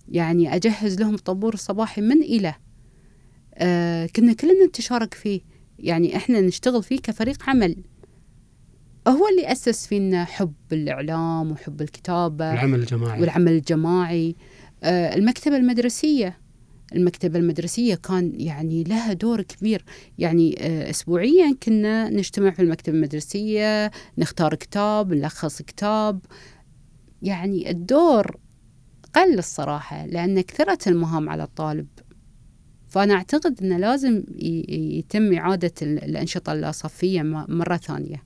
يعني أجهز لهم طابور الصباحي من إلى آه كنا كلنا نتشارك فيه، يعني إحنا نشتغل فيه كفريق عمل. هو اللي أسس فينا حب الإعلام وحب الكتابة والعمل الجماعي والعمل الجماعي. آه المكتبة المدرسية المكتبة المدرسية كان يعني لها دور كبير، يعني آه أسبوعيا كنا نجتمع في المكتبة المدرسية، نختار كتاب، نلخص كتاب. يعني الدور قل الصراحة لأن كثرت المهام على الطالب، فأنا أعتقد أنه لازم يتم إعادة الأنشطة اللاصفية مرة ثانية.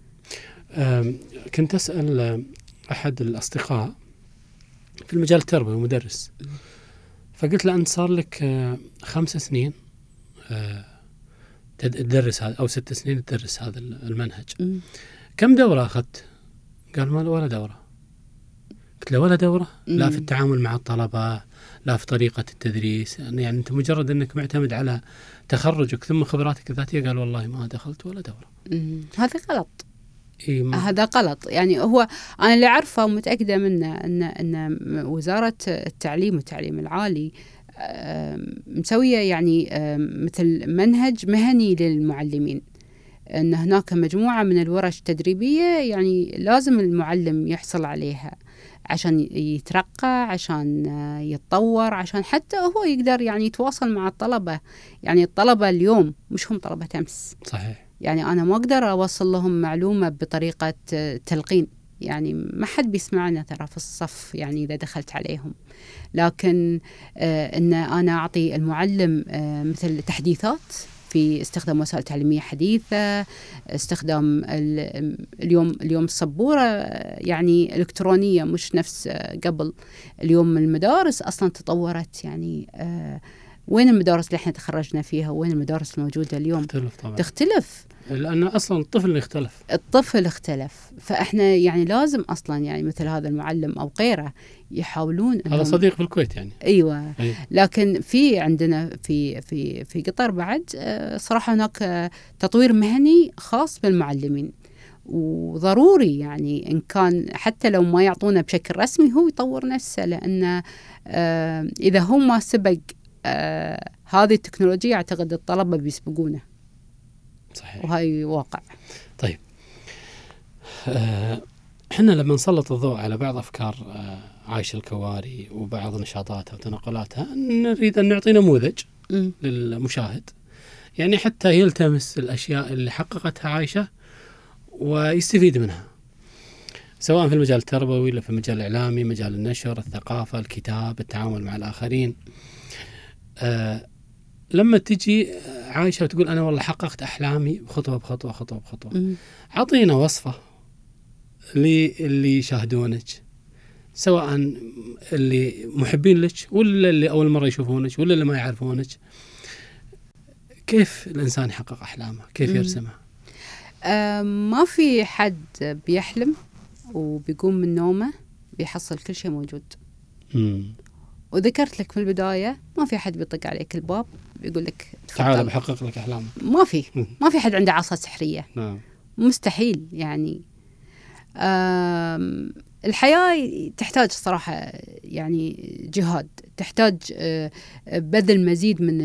كنت أسأل أحد الأصدقاء في المجال التربوي مدرس، فقلت له أنت صار لك خمس سنين تدرس هذا أو ست سنين تدرس هذا المنهج، م. كم دورة أخذت؟ قال ما ولا دورة. قلت له ولا دورة؟ م. لا في التعامل مع الطلبة، لا في طريقة التدريس، يعني, يعني أنت مجرد أنك معتمد على تخرجك ثم خبراتك الذاتية. قال والله ما دخلت ولا دورة. م. هذا غلط. إيه ما... هذا غلط. يعني هو أنا اللي أعرفه ومتأكدة منه أن أن وزارة التعليم والتعليم العالي مسوية يعني مثل منهج مهني للمعلمين، أن هناك مجموعة من الورش التدريبية يعني لازم المعلم يحصل عليها عشان يترقى، عشان يتطور، عشان حتى هو يقدر يعني يتواصل مع الطلبة. يعني الطلبة اليوم مش هم طلبة أمس. صحيح. يعني أنا ما أقدر أوصل لهم معلومة بطريقة تلقين، يعني ما حد بيسمعنا ترى في الصف يعني إذا دخلت عليهم. لكن آه أن أنا أعطي المعلم آه مثل تحديثات في استخدام وسائل تعليمية حديثة، استخدام اليوم اليوم السبورة يعني إلكترونية مش نفس قبل. اليوم المدارس أصلا تطورت، يعني آه وين المدارس اللي احنا تخرجنا فيها وين المدارس الموجودة اليوم؟ تختلف طبعا. تختلف لأن أصلا الطفل اختلف. الطفل اختلف، فإحنا يعني لازم أصلا يعني مثل هذا المعلم أو غيره يحاولون. هذا صديق في الكويت يعني. أيوة. أي. لكن في عندنا في في في قطر بعد صراحة هناك تطوير مهني خاص بالمعلمين، وضروري يعني إن كان حتى لو ما يعطونا بشكل رسمي هو يطور نفسه، لأن إذا هو ما سبق آه هذه التكنولوجيا أعتقد الطلبة بيسبقونه. صحيح. وهاي واقع. طيب آه احنا لما نسلط الضوء على بعض أفكار آه عايشة الكواري وبعض نشاطاتها وتنقلاتها، نريد أن نعطي نموذج م. للمشاهد، يعني حتى يلتمس الأشياء اللي حققتها عايشة ويستفيد منها، سواء في المجال التربوي ولا في المجال الإعلامي، مجال النشر، الثقافة، الكتاب، التعامل مع الآخرين. آه لما تجي عايشة وتقول أنا والله حققت أحلامي خطوة بخطوة خطوة بخطوة، عطينا وصفة اللي يشاهدونك، سواء اللي محبين لك ولا اللي أول مرة يشوفونك ولا اللي ما يعرفونك، كيف الإنسان يحقق أحلامه، كيف يرسمها؟ آه ما في حد بيحلم وبيقوم من نومه بيحصل كل شيء موجود. مم. وذكرت لك في البداية ما في حد بيطق عليك الباب بيقول لك تعال بحقق لك أحلامك. ما في ما في حد عنده عصا سحرية. نعم. مستحيل. يعني الحياة تحتاج صراحة يعني جهاد، تحتاج بذل مزيد من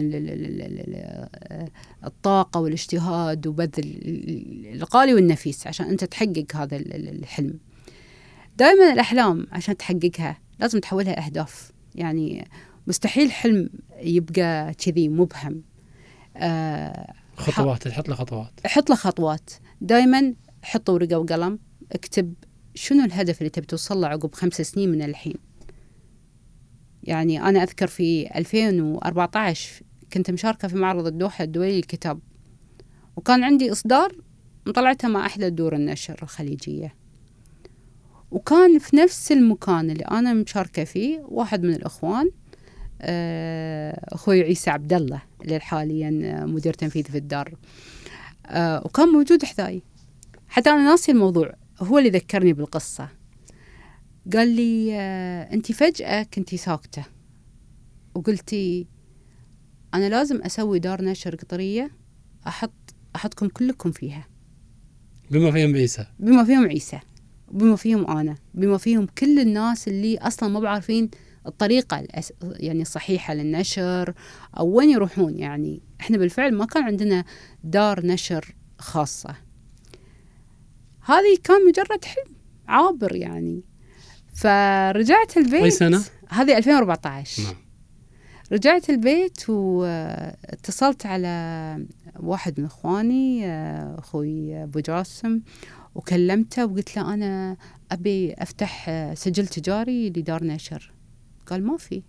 الطاقة والاجتهاد وبذل الغالي والنفيس عشان أنت تحقق هذا الحلم. دائما الأحلام عشان تحققها لازم تحولها أهداف، يعني مستحيل حلم يبقى كذي مبهم. آه خطوات، تحط له خطوات، حط له خطوات. دائما حط ورقة وقلم، اكتب شنو الهدف اللي تبي توصل له عقب خمس سنين من الحين. يعني أنا أذكر في ألفين وأربعة عشر كنت مشاركة في معرض الدوحة الدولي للكتاب، وكان عندي إصدار مطلعتها مع أحدى دور النشر الخليجية، وكان في نفس المكان اللي أنا مشاركة فيه واحد من الأخوان أخوي عيسى عبد الله اللي حاليا مدير تنفيذي في الدار، وكان موجود حذاي. حتى أنا ناسي الموضوع، هو اللي ذكرني بالقصة. قال لي أنت فجأة كنتي ساكتة وقلتي أنا لازم أسوي دار نشر قطرية أحط أحطكم كلكم فيها، بما فيهم عيسى بما فيهم عيسى بما فيهم أنا، بما فيهم كل الناس اللي أصلا ما بعرفين الطريقة الأس... يعني الصحيحة للنشر أو وين يروحون. يعني إحنا بالفعل ما كان عندنا دار نشر خاصة، هذه كان مجرد حلم عابر يعني. فرجعت البيت. أي سنة؟ هذه ألفين وأربعة عشر. نعم. رجعت البيت واتصلت على واحد من إخواني أخوي أبو جاسم وكلمته وقلت له أنا أبي أفتح سجل تجاري لدار نشر. قال ما في،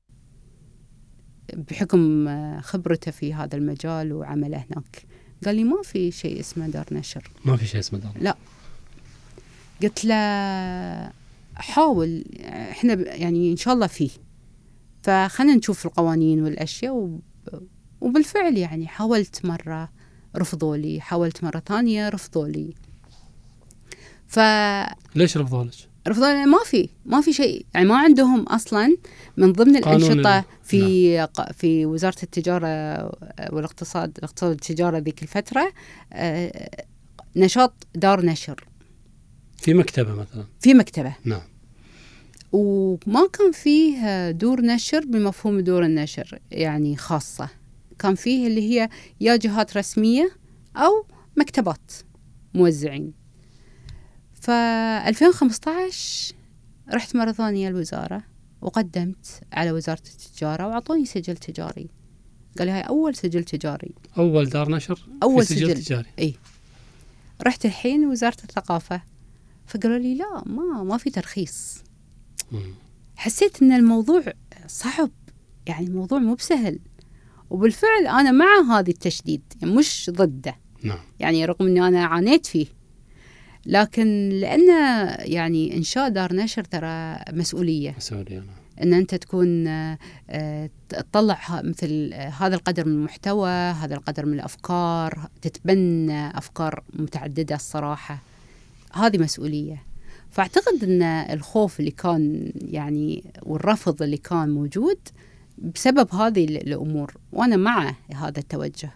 بحكم خبرته في هذا المجال وعمله هناك. قال لي ما في شيء اسمه دار نشر. ما في شيء اسمه دار. لا. قلت له حاول، احنا يعني إن شاء الله فيه، فخلنا نشوف القوانين والأشياء. وب... وبالفعل يعني حاولت مرة رفضوا لي، حاولت مرة ثانية رفضوا لي. ف ليش رفضوا لك؟ رفضوا لي ما في ما في شيء، يعني ما عندهم أصلا من ضمن الأنشطة في نعم. في وزارة التجارة والاقتصاد الاقتصاد والتجارة ذيك الفترة نشاط دار نشر في مكتبة مثلا. في مكتبة نعم. وما كان فيه دور نشر بمفهوم دور النشر يعني خاصة، كان فيه اللي هي يا جهات رسمية أو مكتبات موزعين. فألفين وخمسة عشر رحت مرة ثانية الوزارة وقدمت على وزارة التجارة وعطوني سجل تجاري. قال لي هاي أول سجل تجاري، أول دار نشر أول في سجل, سجل تجاري. إيه. رحت الحين وزارة الثقافة فقالوا لي لا ما ما في ترخيص. حسيت ان الموضوع صعب، يعني الموضوع مو بسهل. وبالفعل انا مع هذه التشديد، يعني مش ضده. نعم. يعني رغم اني انا عانيت فيه، لكن لان يعني انشاء دار نشر ترى مسؤوليه. مسؤوليه نعم. ان انت تكون تطلع مثل هذا القدر من المحتوى، هذا القدر من الافكار، تتبنى افكار متعدده. الصراحه هذه مسؤوليه. فأعتقد أن الخوف اللي كان يعني والرفض اللي كان موجود بسبب هذه الأمور، وأنا مع هذا التوجه.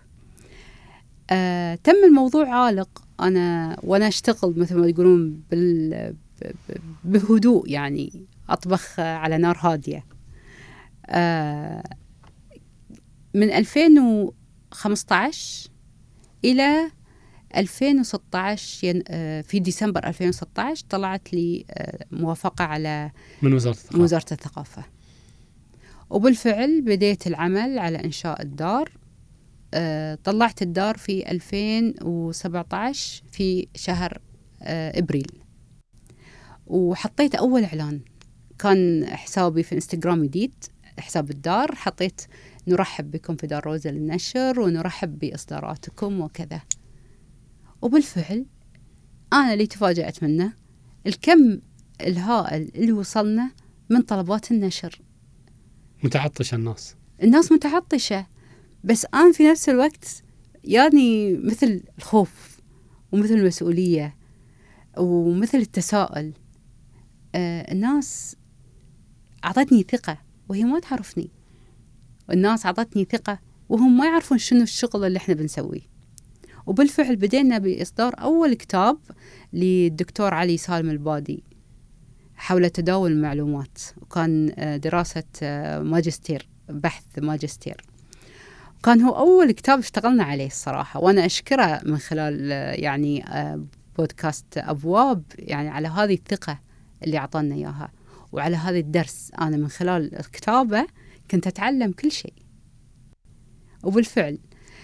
آه تم الموضوع عالق أنا وأنا أشتغل مثل ما يقولون بال بهدوء، يعني أطبخ على نار هادية. آه من ألفين وخمسة عشر إلى ألفين وستة عشر في ديسمبر ألفين وستة عشر طلعت لي موافقة على من وزارة الثقافة. من وزارة الثقافة. وبالفعل بديت العمل على إنشاء الدار. طلعت الدار في ألفين وسبعة عشر في شهر إبريل، وحطيت أول إعلان كان حسابي في إنستغرام جديد، حساب الدار، حطيت نرحب بكم في دار روزا للنشر ونرحب بإصداراتكم وكذا. وبالفعل أنا اللي تفاجأت منه الكم الهائل اللي وصلنا من طلبات النشر. متعطشة الناس الناس متعطشة، بس أنا في نفس الوقت يعني مثل الخوف ومثل المسؤولية ومثل التساؤل. آه الناس أعطتني ثقة وهي ما تعرفني، والناس أعطتني ثقة وهم ما يعرفون شنو الشغل اللي احنا بنسويه. وبالفعل بدينا بإصدار أول كتاب للدكتور علي سالم البادي حول تداول المعلومات، وكان دراسة ماجستير، بحث ماجستير. كان هو أول كتاب اشتغلنا عليه الصراحة، وأنا أشكره من خلال يعني بودكاست أبواب يعني على هذه الثقة اللي أعطانا إياها، وعلى هذا الدرس. أنا من خلال الكتابة كنت أتعلم كل شيء. وبالفعل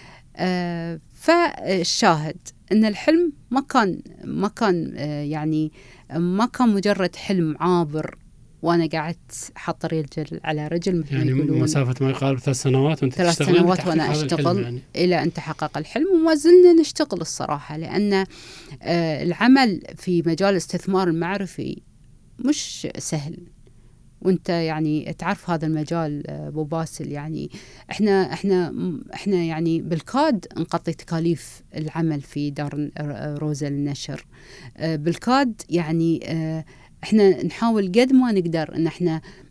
آه فالشاهد ان الحلم ما كان ما كان آه يعني ما كان مجرد حلم عابر وانا قعدت حاطه رجل على رجل مثل يعني مسافه ما يقارب ثلاث سنوات وانت ثلاث سنوات وانا اشتغل يعني. الى ان تحقق الحلم، وما زلنا نشتغل الصراحه، لان آه العمل في مجال الاستثمار المعرفي مش سهل. وانت يعني تعرف هذا المجال ابو باسل، يعني احنا احنا احنا يعني بالكاد نغطي تكاليف العمل في دار روزا للنشر. بالكاد يعني احنا نحاول قد ما نقدر ان احنا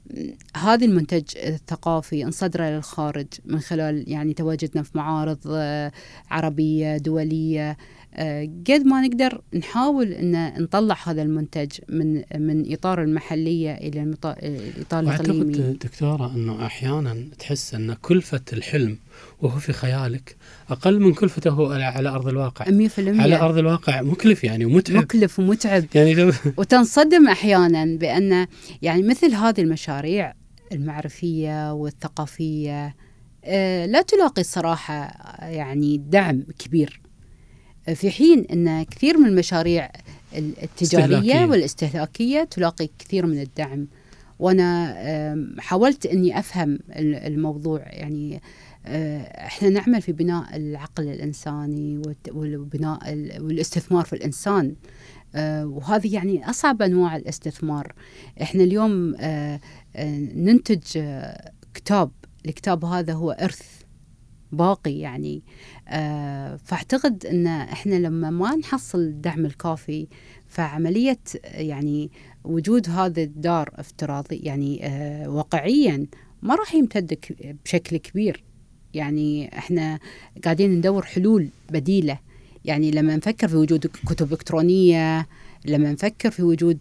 هذا المنتج الثقافي نصدره للخارج من خلال يعني تواجدنا في معارض عربية دولية. قد ما نقدر نحاول أن نطلع هذا المنتج من من إطار المحلية إلى الإطار الإقليمي. وأعتقد دكتورة أنه أحيانا تحس أن كلفة الحلم وهو في خيالك أقل من كلفته هو على أرض الواقع. مية بالمية على أرض الواقع مكلف يعني ومتعب. مكلف ومتعب يعني لو وتنصدم أحيانا بأن يعني مثل هذه المشاريع المعرفية والثقافية لا تلاقي الصراحة يعني دعم كبير، في حين أن كثير من المشاريع التجارية استهلاكية. والاستهلاكية تلاقي كثير من الدعم. وأنا حاولت أني أفهم الموضوع، يعني احنا نعمل في بناء العقل الإنساني وبناء والاستثمار في الإنسان، وهذه يعني أصعب أنواع الاستثمار. احنا اليوم ننتج كتاب، الكتاب هذا هو إرث باقي يعني. فاعتقد أن احنا لما ما نحصل الدعم الكافي فعملية يعني وجود هذا الدار افتراضي يعني واقعيا ما راح يمتد بشكل كبير. يعني احنا قاعدين ندور حلول بديلة، يعني لما نفكر في وجود كتب إلكترونية، لما نفكر في وجود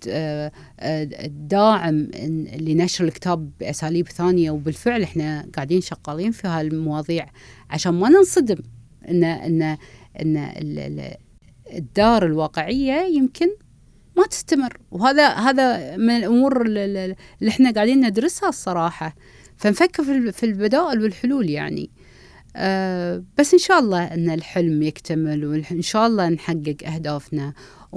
داعم لنشر الكتاب بأساليب ثانية، وبالفعل احنا قاعدين شغالين في هالمواضيع عشان ما ننصدم ان ان ان الدار الواقعية يمكن ما تستمر. وهذا هذا من الأمور اللي احنا قاعدين ندرسها الصراحة، فنفكر في البدائل والحلول يعني. أه بس إن شاء الله أن الحلم يكتمل، وإن شاء الله نحقق أهدافنا،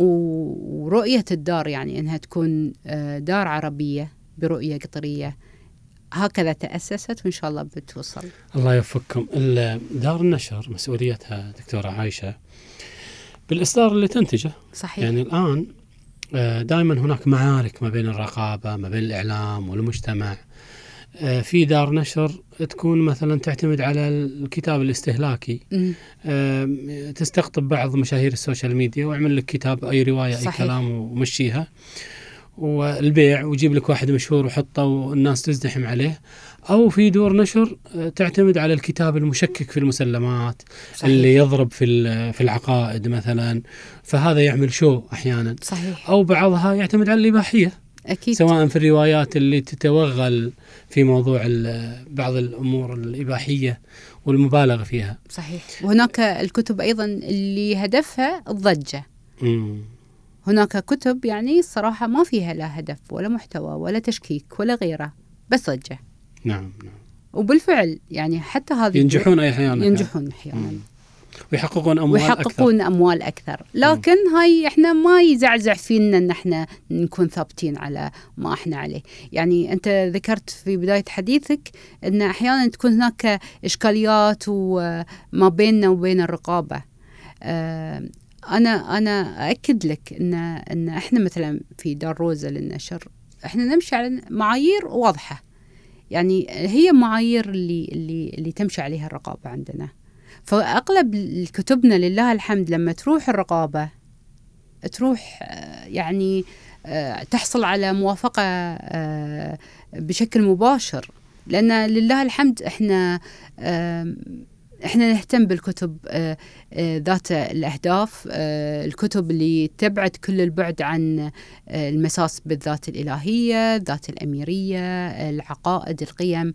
ورؤية الدار يعني أنها تكون دار عربية برؤية قطرية هكذا تأسست، وإن شاء الله بتوصل. الله يوفقكم. دار النشر مسؤوليتها دكتورة عايشة بالإصدار اللي تنتجه. صحيح. يعني الآن دائما هناك معارك ما بين الرقابة ما بين الإعلام والمجتمع. في دار نشر تكون مثلا تعتمد على الكتاب الاستهلاكي، م. تستقطب بعض مشاهير السوشيال ميديا ويعمل لك كتاب أي رواية صحيح. أي كلام ومشيها والبيع، ويجيب لك واحد مشهور وحطه والناس تزدحم عليه. أو في دور نشر تعتمد على الكتاب المشكك في المسلمات صحيح. اللي يضرب في في العقائد مثلا، فهذا يعمل شو أحيانا صحيح. أو بعضها يعتمد على الإباحية أكيد. سواء في الروايات اللي تتوغل في موضوع بعض الأمور الإباحية والمبالغة فيها. صحيح. وهناك الكتب أيضا اللي هدفها الضجة. مم. هناك كتب يعني الصراحة ما فيها لا هدف ولا محتوى ولا تشكيك ولا غيره، بس ضجة. نعم نعم. وبالفعل يعني حتى هذه ينجحون أحيانا ينجحون أحيانا ويحققون أموال ويحققون أكثر. أموال أكثر. لكن مم. هاي إحنا ما يزعزع فينا إن إحنا نكون ثابتين على ما إحنا عليه. يعني أنت ذكرت في بداية حديثك إن أحيانا تكون هناك إشكاليات وما بيننا وبين الرقابة. أه أنا أنا أأكد لك إن إن إحنا مثلا في دار روزا للنشر إحنا نمشي على معايير واضحة، يعني هي معايير اللي اللي اللي تمشي عليها الرقابة عندنا. فأغلب كتبنا لله الحمد لما تروح الرقابة تروح يعني تحصل على موافقة بشكل مباشر، لأن لله الحمد إحنا إحنا نهتم بالكتب ذات الأهداف، الكتب اللي تبعد كل البعد عن المساس بالذات الإلهية، ذات الأميرية، العقائد، القيم.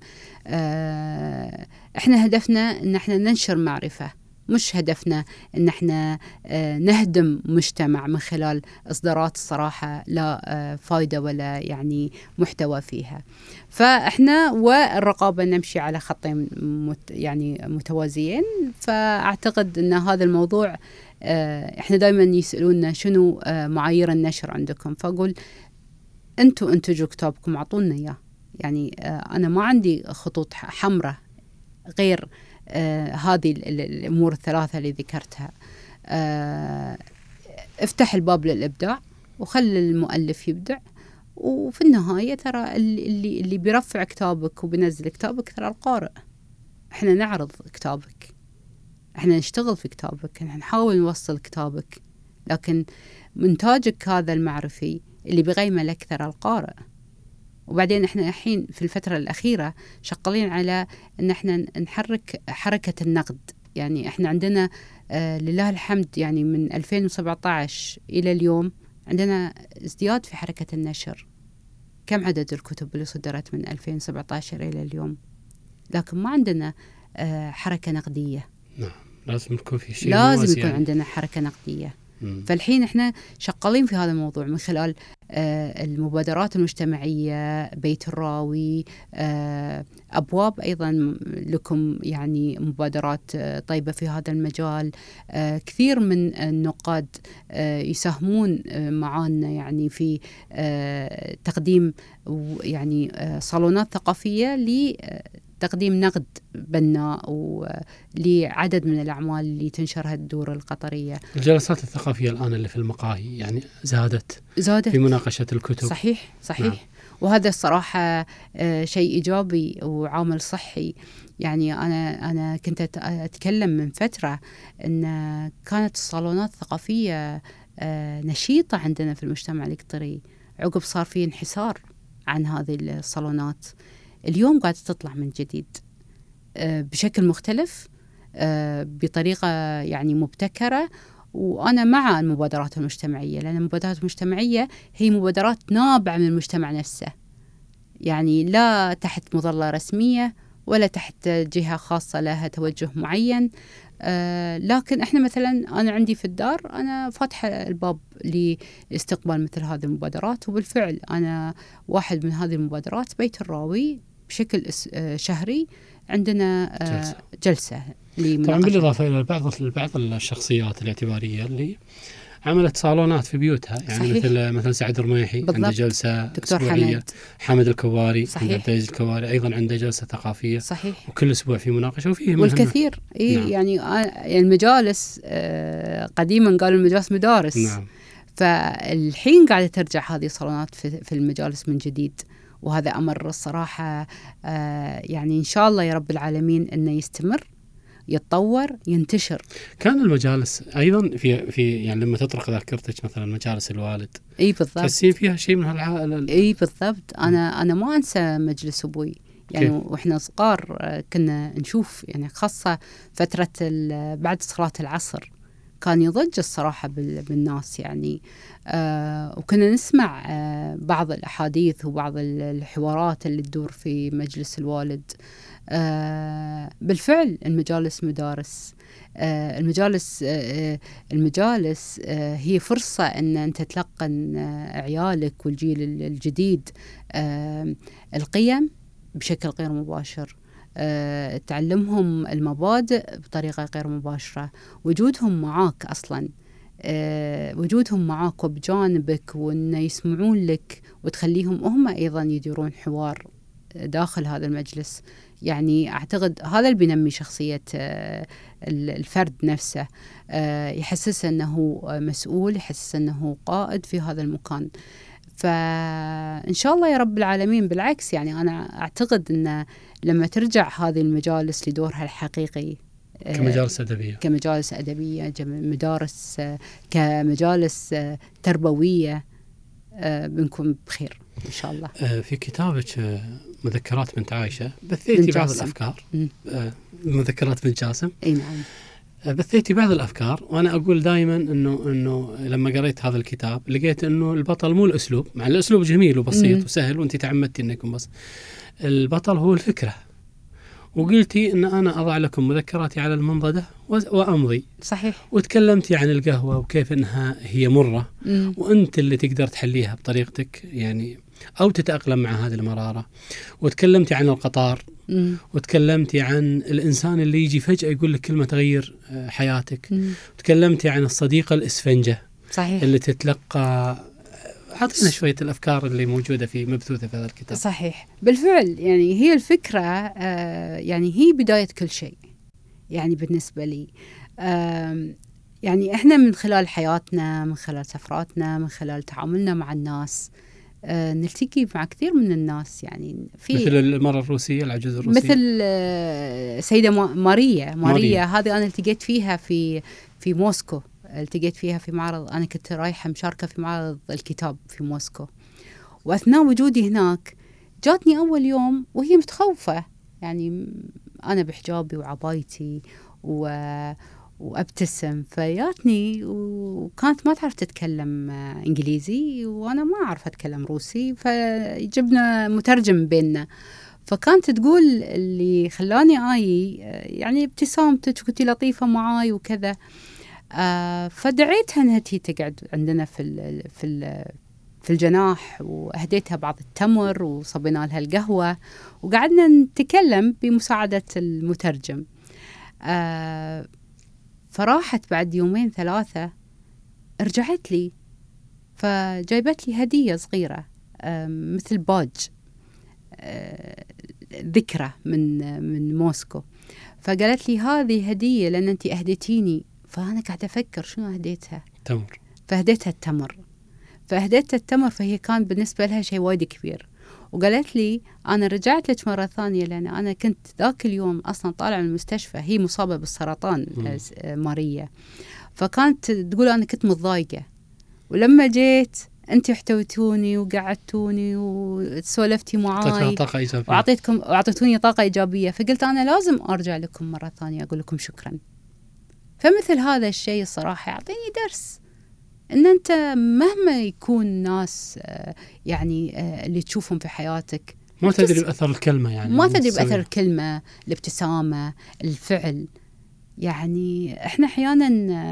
إحنا هدفنا إن إحنا ننشر معرفة، مش هدفنا إن إحنا نهدم مجتمع من خلال إصدارات الصراحة لا فايدة ولا يعني محتوى فيها. فإحنا والرقابة نمشي على خطين مت يعني متوازيين. فأعتقد أن هذا الموضوع إحنا دائما يسألوننا شنو معايير النشر عندكم، فأقول أنتوا انتجوا كتابكم أعطونا إياه. يعني أنا ما عندي خطوط حمراء غير آه هذه الأمور الثلاثة اللي ذكرتها. آه افتح الباب للإبداع وخلي المؤلف يبدع، وفي النهاية ترى اللي اللي بيرفع كتابك وبينزل كتابك ترى القارئ. احنا نعرض كتابك، احنا نشتغل في كتابك، احنا نحاول نوصل كتابك، لكن منتاجك هذا المعرفي اللي بيقيمه لك ترى القارئ. وبعدين احنا الحين في الفترة الأخيرة شغالين على ان احنا نحرك حركة النقد. يعني احنا عندنا آه لله الحمد يعني من ألفين وسبعة عشر إلى اليوم عندنا ازدياد في حركة النشر. كم عدد الكتب اللي صدرت من ألفين وسبعة عشر إلى اليوم؟ لكن ما عندنا آه حركة نقدية. نعم، لازم يكون في شيء، لازم يكون يعني. عندنا حركة نقدية. مم. فالحين احنا شغالين في هذا الموضوع من خلال آه المبادرات المجتمعية، بيت الراوي، آه أبواب أيضا لكم يعني مبادرات آه طيبة في هذا المجال. آه كثير من النقاد آه يساهمون آه معانا يعني في آه تقديم يعني آه صالونات ثقافية ل تقديم نقد بناء ولعدد من الأعمال اللي تنشرها الدور القطرية. الجلسات الثقافية الآن اللي في المقاهي يعني زادت زادت في مناقشة الكتب. صحيح صحيح. نعم. وهذا الصراحة شيء إيجابي وعامل صحي. يعني أنا أنا كنت أتكلم من فترة أن كانت الصالونات الثقافية نشيطة عندنا في المجتمع القطري، عقب صار في انحسار عن هذه الصالونات. اليوم قاعدة تطلع من جديد بشكل مختلف، بطريقة يعني مبتكرة. وأنا مع المبادرات المجتمعية، لأن المبادرات المجتمعية هي مبادرات نابعة من المجتمع نفسه، يعني لا تحت مظلة رسمية ولا تحت جهة خاصة لها توجه معين. آه لكن احنا مثلا أنا عندي في الدار أنا فاتحة الباب لاستقبال مثل هذه المبادرات، وبالفعل أنا واحد من هذه المبادرات بيت الراوي بشكل شهري عندنا آه جلسة, جلسة طبعا بالإضافة إلى بعض بعض الشخصيات الاعتبارية اللي عملت صالونات في بيوتها، يعني صحيح. مثل مثلا سعد الرميحي عنده جلسة دكتور أسبوعية، حمد حمد الكواري عبد العزيز الكواري أيضا عنده جلسة ثقافية صحيح. وكل أسبوع في مناقشة وفيه والكثير إيه نعم. يعني المجالس قديما قالوا المجالس مدارس نعم. فالحين قاعدة ترجع هذه الصالونات في المجالس من جديد، وهذا أمر الصراحة يعني إن شاء الله يا رب العالمين أنه يستمر يتطور ينتشر. كان المجالس ايضا في في يعني لما تطرق ذاكرتك مثلا مجالس الوالد اي بالضبط تحسين فيها شيء من هالعائله. اي بالضبط. انا انا ما انسى مجلس ابوي يعني كيف؟ واحنا صغار كنا نشوف يعني خاصه فتره بعد صلاه العصر كان يضج الصراحه بالناس يعني آه وكنا نسمع آه بعض الاحاديث وبعض الحوارات اللي تدور في مجلس الوالد. آه بالفعل المجالس مدارس. آه المجالس آه المجالس آه هي فرصة أن أنت تلقن آه عيالك والجيل الجديد آه القيم بشكل غير مباشر، آه تعلمهم المبادئ بطريقة غير مباشرة. وجودهم معاك أصلا آه وجودهم معاك وبجانبك وأن يسمعون لك وتخليهم هم أيضا يديرون حوار داخل هذا المجلس، يعني أعتقد هذا اللي بينمي شخصية الفرد نفسه، يحسس أنه مسؤول، يحسس أنه قائد في هذا المكان. فإن شاء الله يا رب العالمين بالعكس يعني أنا أعتقد أن لما ترجع هذه المجالس لدورها الحقيقي كمجالس أدبية كمجالس أدبية مدارس كمجالس تربوية بنكون بخير إن شاء الله. في كتابك مذكرات بنت عائشة بثيتي بعض الأفكار. مذكرات بنت جاسم أي نعم. بثيتي بعض الأفكار، وأنا أقول دائما إنه إنه لما قريت هذا الكتاب لقيت إنه البطل مو الأسلوب، مع الأسلوب جميل وبسيط مم. وسهل وأنت تعمدتي إنه يكون بس البطل هو الفكرة. وقلتي إن أنا أضع لكم مذكراتي على المنضدة وأمضي. صحيح. وتكلمتي عن القهوة وكيف إنها هي مرة مم. وأنت اللي تقدر تحليها بطريقتك يعني أو تتأقلم مع هذه المرارة. وتكلمتي عن القطار مم. وتكلمتي عن الإنسان اللي يجي فجأة يقول لك كلمة تغير حياتك. مم. وتكلمتي عن الصديقة الإسفنجة صحيح. اللي تتلقى. أعطينا شوية الأفكار اللي موجودة في مبثوثة في هذا الكتاب. صحيح بالفعل يعني هي الفكرة آه يعني هي بداية كل شيء يعني بالنسبة لي. آه يعني إحنا من خلال حياتنا من خلال سفراتنا من خلال تعاملنا مع الناس آه نلتقي مع كثير من الناس يعني في مثل المرة الروسية العجوز الروسية مثل آه سيدة ماريا ماريا هذه أنا التقيت فيها في في موسكو. التقيت فيها في معرض، أنا كنت رايحة مشاركة في معرض الكتاب في موسكو، وأثناء وجودي هناك جاتني أول يوم وهي متخوفة، يعني أنا بحجابي وعبايتي و... وأبتسم، فياتني وكانت ما تعرف تتكلم إنجليزي وأنا ما أعرف أتكلم روسي، فجبنا مترجم بيننا. فكانت تقول اللي خلاني آي يعني ابتسامتك وكنتي لطيفة معاي وكذا. آه فدعيتها أنها تي تقعد عندنا في ال في ال في الجناح، وأهديتها بعض التمر وصبينا لها القهوة وقعدنا نتكلم بمساعدة المترجم. آه فراحت بعد يومين ثلاثة رجعت لي، فجايبت لي هدية صغيرة آه مثل باج آه ذكرى من من موسكو. فقالت لي هذه هدية لأن أنت أهديتيني. فأنا قاعدة أفكر شنو أهديتها. تمر. فهديتها التمر. فهديتها التمر فهي كان بالنسبة لها شيء وايد كبير. وقالت لي أنا رجعت لك مرة ثانية لأن أنا كنت ذاك اليوم أصلا طالعة من المستشفى، هي مصابة بالسرطان م. ماريا. فكانت تقول أنا كنت متضايقة، ولما جيت أنت احتويتوني وقعدتوني وسولفتي معاي وأعطيتكم وأعطيتوني طاقة إيجابية. فقلت أنا لازم أرجع لكم مرة ثانية أقول لكم شكرا. فمثل هذا الشيء الصراحة يعطيني درس إن أنت مهما يكون ناس يعني اللي تشوفهم في حياتك ما تدري بأثر الكلمة، يعني ما تدري بأثر الكلمة، الابتسامة، الفعل. يعني إحنا أحيانا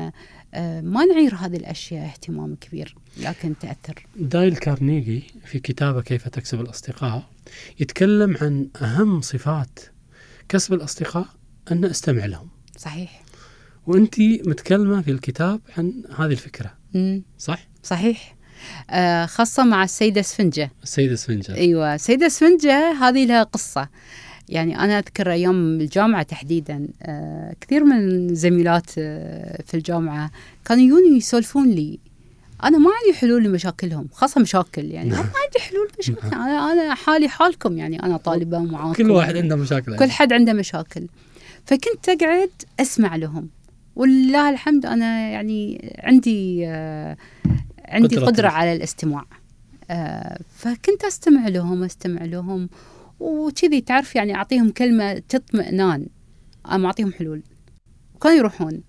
ما نعير هذه الأشياء اهتمام كبير لكن تأثر. دايل كارنيغي في كتابه كيف تكسب الأصدقاء يتكلم عن أهم صفات كسب الأصدقاء أن أستمع لهم. صحيح. وأنتي متكلمة في الكتاب عن هذه الفكرة. مم. صح؟ صحيح. آه خاصة مع السيدة سفنجة. السيدة سفنجة. أيوة، السيدة سفنجة هذه لها قصة. يعني أنا أذكر أيام الجامعة تحديدا آه كثير من زميلات آه في الجامعة كانوا يجوني يسولفون لي. أنا ما عندي حلول لمشاكلهم، خاصة مشاكل يعني ما عندي حلول مشاكل. أنا أنا حالي حالكم، يعني أنا طالبة معاكم. كل واحد عنده مشاكل. كل حد عنده مشاكل. فكنت أقعد أسمع لهم، ولله الحمد أنا يعني عندي آه عندي قدرة, قدرة على الاستماع. آه فكنت أستمع لهم أستمع لهم وكذي تعرف يعني أعطيهم كلمة تطمئنان، أنا أعطيهم حلول وكانوا يروحون.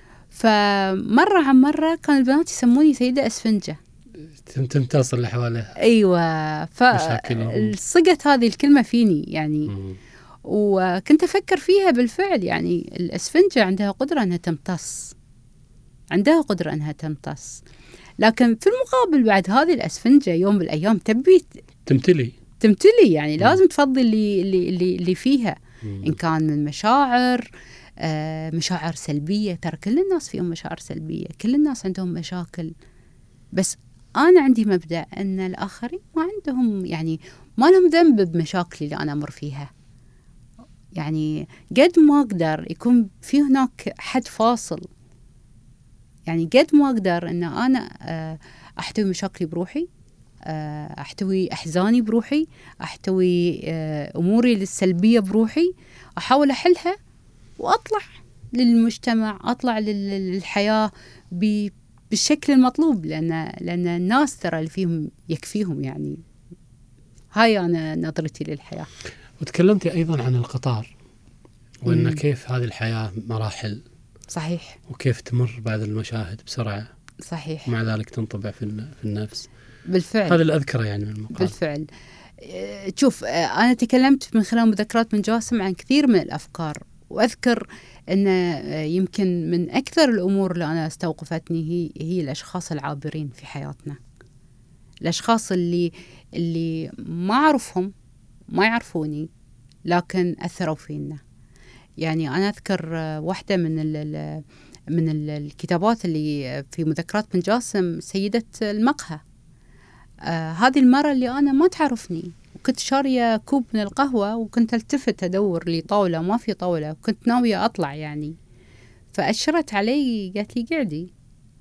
فمرة عن مرة كان البنات يسموني سيدة أسفنجة، تمتص اللي حواليها. أيوة، فالصقت هذه الكلمة فيني يعني. م. وكنت أفكر فيها بالفعل، يعني الأسفنجة عندها قدرة أنها تمتص، عندها قدرة أنها تمتص، لكن في المقابل بعد هذه الأسفنجة يوم من الأيام تبي تمتلي تمتلي يعني م. لازم تفضي اللي, اللي, اللي فيها. م. إن كان من مشاعر آه مشاعر سلبية، ترى كل الناس فيهم مشاعر سلبية، كل الناس عندهم مشاكل، بس أنا عندي مبدأ أن الآخرين ما عندهم يعني ما لهم ذنب بمشاكلي اللي أنا أمر فيها. يعني قد ما أقدر يكون في هناك حد فاصل، يعني قد ما أقدر أن أنا أحتوي مشاكلي بروحي، أحتوي أحزاني بروحي، أحتوي أموري السلبية بروحي، أحاول أحلها وأطلع للمجتمع، أطلع للحياة بالشكل المطلوب، لأن لأن الناس ترى اللي فيهم يكفيهم. يعني هاي أنا نظرتي للحياة. وتكلمتي أيضا عن القطار، وأن مم. كيف هذه الحياة مراحل. صحيح. وكيف تمر بعض المشاهد بسرعة. صحيح. ومع ذلك تنطبع في في النفس. بالفعل. هذا الأذكره يعني من المقال. بالفعل. شوف، أنا تكلمت من خلال مذكرات من جاسم عن كثير من الأفكار، وأذكر أن يمكن من أكثر الأمور اللي أنا استوقفتني هي هي الأشخاص العابرين في حياتنا، الأشخاص اللي اللي ما أعرفهم، ما يعرفوني، لكن أثروا فينا. يعني أنا أذكر واحدة من ال من ال الكتابات اللي في مذكرات من جاسم، سيدة المقهى. آه هذه المرة اللي أنا ما تعرفني، وكنت شارية كوب من القهوة، وكنت التفت أدور لي طاولة، ما في طاولة، وكنت ناوية أطلع يعني. فأشرت علي قالت لي قعدي.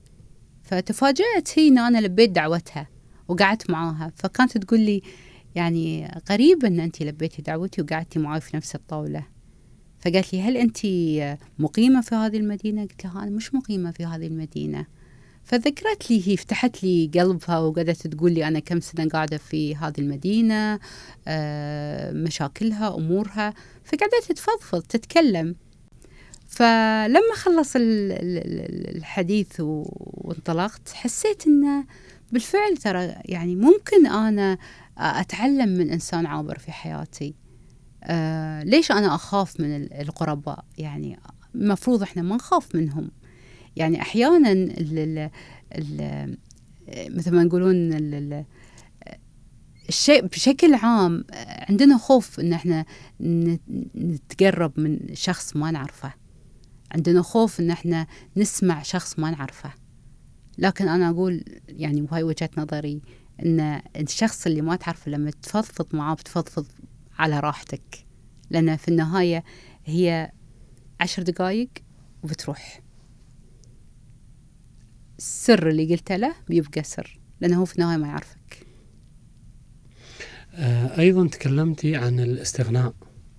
فتفاجأت هي إن أنا لبيت دعوتها وقعدت معاها. فكانت تقول لي يعني غريب أن أنت لبيتي دعوتي وقعدتي معي في نفس الطاولة. فقالت لي هل أنت مقيمة في هذه المدينة؟ قلت لها أنا مش مقيمة في هذه المدينة. فذكرت لي، هي فتحت لي قلبها وقعدت تقول لي أنا كم سنة قاعدة في هذه المدينة، آه مشاكلها أمورها، فقعدت تفضفض تتكلم. فلما خلص الحديث وانطلقت حسيت إنه بالفعل ترى يعني ممكن أنا أتعلم من إنسان عابر في حياتي. آه ليش أنا أخاف من الغرباء؟ يعني المفروض إحنا ما نخاف منهم. يعني أحيانا ال ال ال مثل ما يقولون ال الشيء بشكل عام عندنا خوف إن إحنا نتقرب من شخص ما نعرفه، عندنا خوف إن إحنا نسمع شخص ما نعرفه. لكن أنا أقول يعني وهاي وجهة نظري إن الشخص اللي ما تعرفه لما تفضفض معاه بتفضفض على راحتك، لأن في النهاية هي عشر دقايق وبتروح. السر اللي قلت له بيبقى سر، لأنه هو في النهاية ما يعرفك. آه أيضا تكلمتي عن الاستغناء.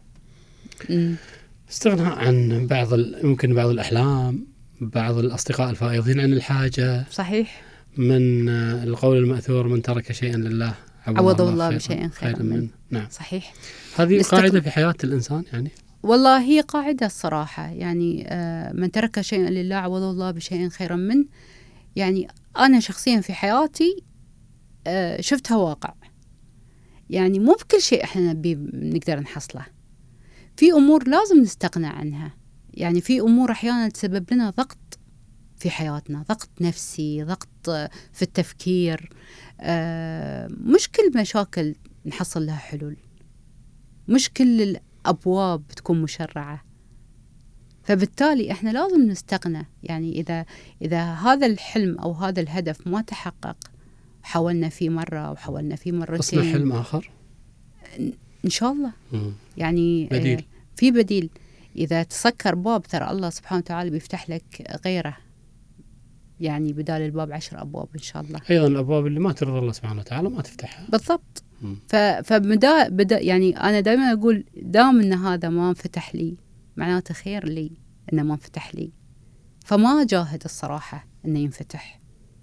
م. استغناء عن بعض يمكن بعض الأحلام، بعض الأصدقاء الفائضين عن الحاجة. صحيح. من آه القول المأثور من ترك شيئا لله عوض الله بشيء خير منه. من. نعم. صحيح. هذه الاستغ... قاعدة في حياة الإنسان يعني. والله هي قاعدة الصراحة، يعني آه من ترك شيئا لله عوض الله بشيء خيرا منه. يعني أنا شخصيا في حياتي آه شفتها واقع. يعني مو بكل شيء إحنا نقدر نحصله، في أمور لازم نستغنى عنها. يعني في أمور أحيانا تسبب لنا ضغط في حياتنا، ضغط نفسي، ضغط في التفكير. آه مش كل مشاكل نحصل لها حلول، مش كل الأبواب تكون مشرعة، فبالتالي إحنا لازم نستغنى. يعني إذا إذا هذا الحلم أو هذا الهدف ما تحقق، حاولنا فيه مرة وحاولنا فيه مرتين، أصنع حلم آخر إن شاء الله. مم. يعني بديل. آه في بديل. إذا تسكر باب ترى الله سبحانه وتعالى بيفتح لك غيره، يعني بدال الباب عشر أبواب إن شاء الله. أيضا الأبواب اللي ما ترضى الله سبحانه وتعالى ما تفتحها. بالضبط. فبدا بدا يعني أنا دائما أقول دام إن هذا ما انفتح لي معناته خير لي إنه ما انفتح لي، فما جاهد الصراحة إنه ينفتح.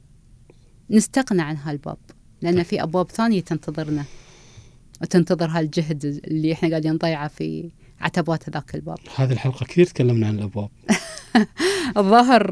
نستغنى عن هالباب لأن في أبواب ثانية تنتظرنا وتنتظر هالجهد اللي إحنا قاعدين نضيعه في عتبات ذاك الباب. هذه الحلقة كثير تكلمنا عن الأبواب. الظاهر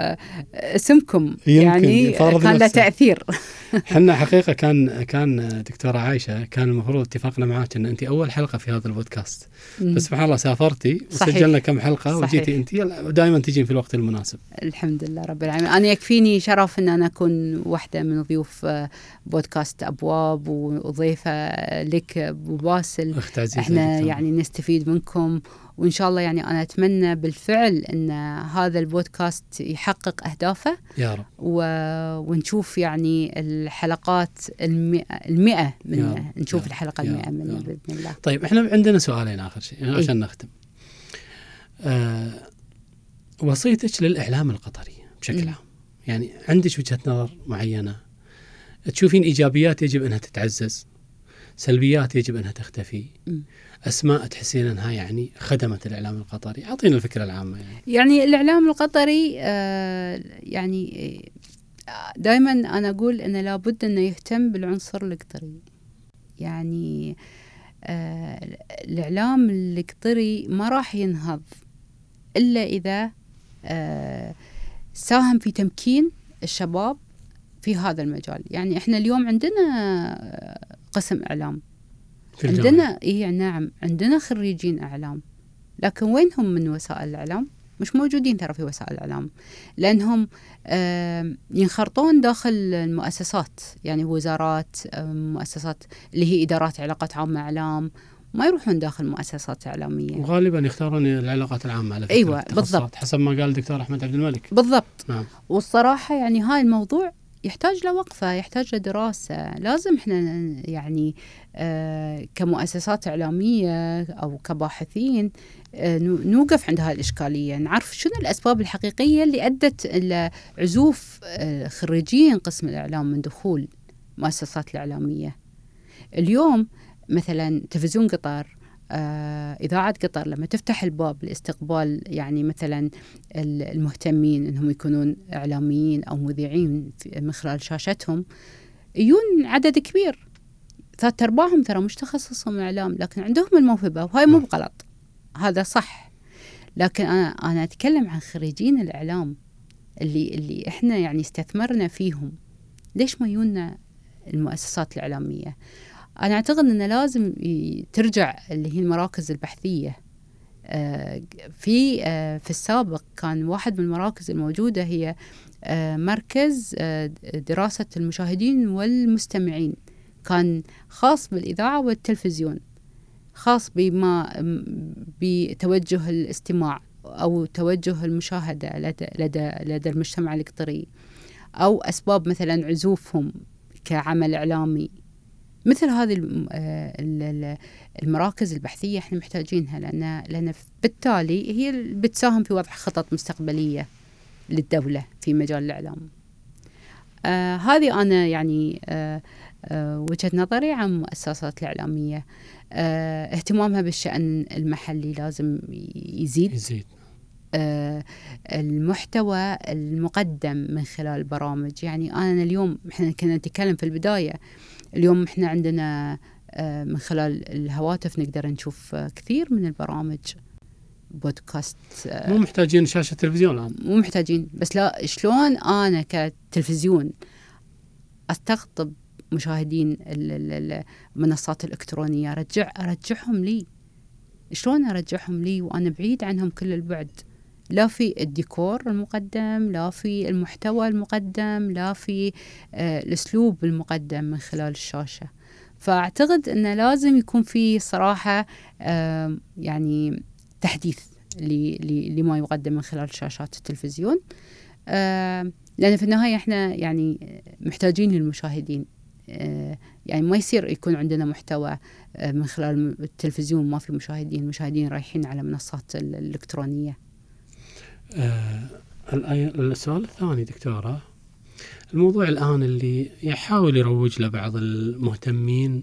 اسمكم يعني كان له تأثير. حنا حقيقة كان كان دكتورة عايشة كان المفروض اتفاقنا معاك أن أنت أول حلقة في هذا البودكاست، بس سبحان الله سافرتي وسجلنا كم حلقة وجيتي أنت، ودائما تجين في الوقت المناسب. الحمد لله رب العالمين. أنا يكفيني شرف أن أنا أكون واحدة من ضيوف بودكاست أبواب وضيفة لك أبو باسل. إحنا يعني نستفيد منكم، وإن شاء الله يعني أنا أتمنى بالفعل أن هذا البودكاست يحقق أهدافه يا رب، و... ونشوف يعني الحلقات المئة, المئة منه، نشوف الحلقة المئة منه بإذن الله. طيب إحنا عندنا سؤالين آخر شيء يعني عشان إيه؟ نختم. آه وصيتك للإعلام القطري بشكل عام، يعني عندك وجهة نظر معينة تشوفين إيجابيات يجب أنها تتعزز، سلبيات يجب أنها تختفي، م. أسماء تحسين أنها يعني خدمت الإعلام القطري؟ أعطينا الفكرة العامة. يعني, يعني الإعلام القطري آه يعني دائما أنا أقول أنه لابد أنه يهتم بالعنصر القطري. يعني آه الإعلام القطري ما راح ينهض إلا إذا آه ساهم في تمكين الشباب في هذا المجال. يعني إحنا اليوم عندنا قسم إعلام، عندنا إيه نعم عندنا خريجين إعلام، لكن وينهم من وسائل الإعلام؟ مش موجودين ترى في وسائل الإعلام، لأنهم آه ينخرطون داخل المؤسسات، يعني وزارات، آه مؤسسات اللي هي إدارات علاقات عامة إعلام، ما يروحون داخل مؤسسات إعلامية، وغالبا يختارون العلاقات العامة على فكرة. أيوة بالضبط، حسب ما قال الدكتور أحمد عبد الملك. بالضبط. نعم. والصراحة يعني هاي الموضوع يحتاج له وقفة، يحتاج له دراسة. لازم إحنا يعني آه كمؤسسات إعلامية أو كباحثين آه نوقف عند هاي الإشكالية، نعرف شنو الأسباب الحقيقية اللي أدت إلى عزوف آه خريجين قسم الإعلام من دخول مؤسسات الإعلامية. اليوم مثلا تلفزيون قطر آه إذاعة قطر لما تفتح الباب لاستقبال يعني مثلا المهتمين أنهم يكونون إعلاميين أو مذيعين من خلال شاشتهم، يجون عدد كبير، ثلاثة أرباعهم ترى مش تخصصهم إعلام لكن عندهم الموهبة، وهاي مو بغلط، هذا صح. لكن أنا أنا أتكلم عن خريجين الإعلام اللي اللي إحنا يعني استثمرنا فيهم، ليش ما يجونا المؤسسات الإعلامية؟ أنا أعتقد أنه لازم ترجع اللي هي المراكز البحثية. في في السابق كان واحد من المراكز الموجودة هي مركز دراسة المشاهدين والمستمعين، كان خاص بالإذاعة والتلفزيون، خاص بما بتوجه الاستماع أو توجه المشاهدة لدى لدى لدى المجتمع القطري، أو أسباب مثلا عزوفهم كعمل إعلامي. مثل هذه المراكز البحثية احنا محتاجينها، لأن لأن بالتالي هي اللي بتساهم في وضع خطط مستقبلية للدولة في مجال الإعلام. آه هذه أنا يعني آه آه وجهة نظري عن المؤسسات الإعلامية. آه اهتمامها بالشأن المحلي لازم يزيد, يزيد. آه المحتوى المقدم من خلال البرامج، يعني أنا اليوم احنا كنا نتكلم في البداية، اليوم احنا عندنا آه من خلال الهواتف نقدر نشوف آه كثير من البرامج، بودكاست. مو محتاجين شاشة تلفزيون الآن، مو محتاجين، بس لا شلون أنا كتلفزيون أستقطب مشاهدين المنصات الإلكترونية، أرجع أرجعهم لي، شلون أرجعهم لي وأنا بعيد عنهم كل البعد، لا في الديكور المقدم، لا في المحتوى المقدم، لا في آه الأسلوب المقدم من خلال الشاشة. فأعتقد أنه لازم يكون في صراحة آه يعني تحديث لما يقدم من خلال شاشات التلفزيون، آه لأن في النهاية إحنا يعني محتاجين للمشاهدين، آه يعني ما يصير يكون عندنا محتوى آه من خلال التلفزيون ما في مشاهدين، مشاهدين رايحين على منصات الإلكترونية. آه السؤال الثاني دكتورة، الموضوع الآن اللي يحاول يروج له بعض المهتمين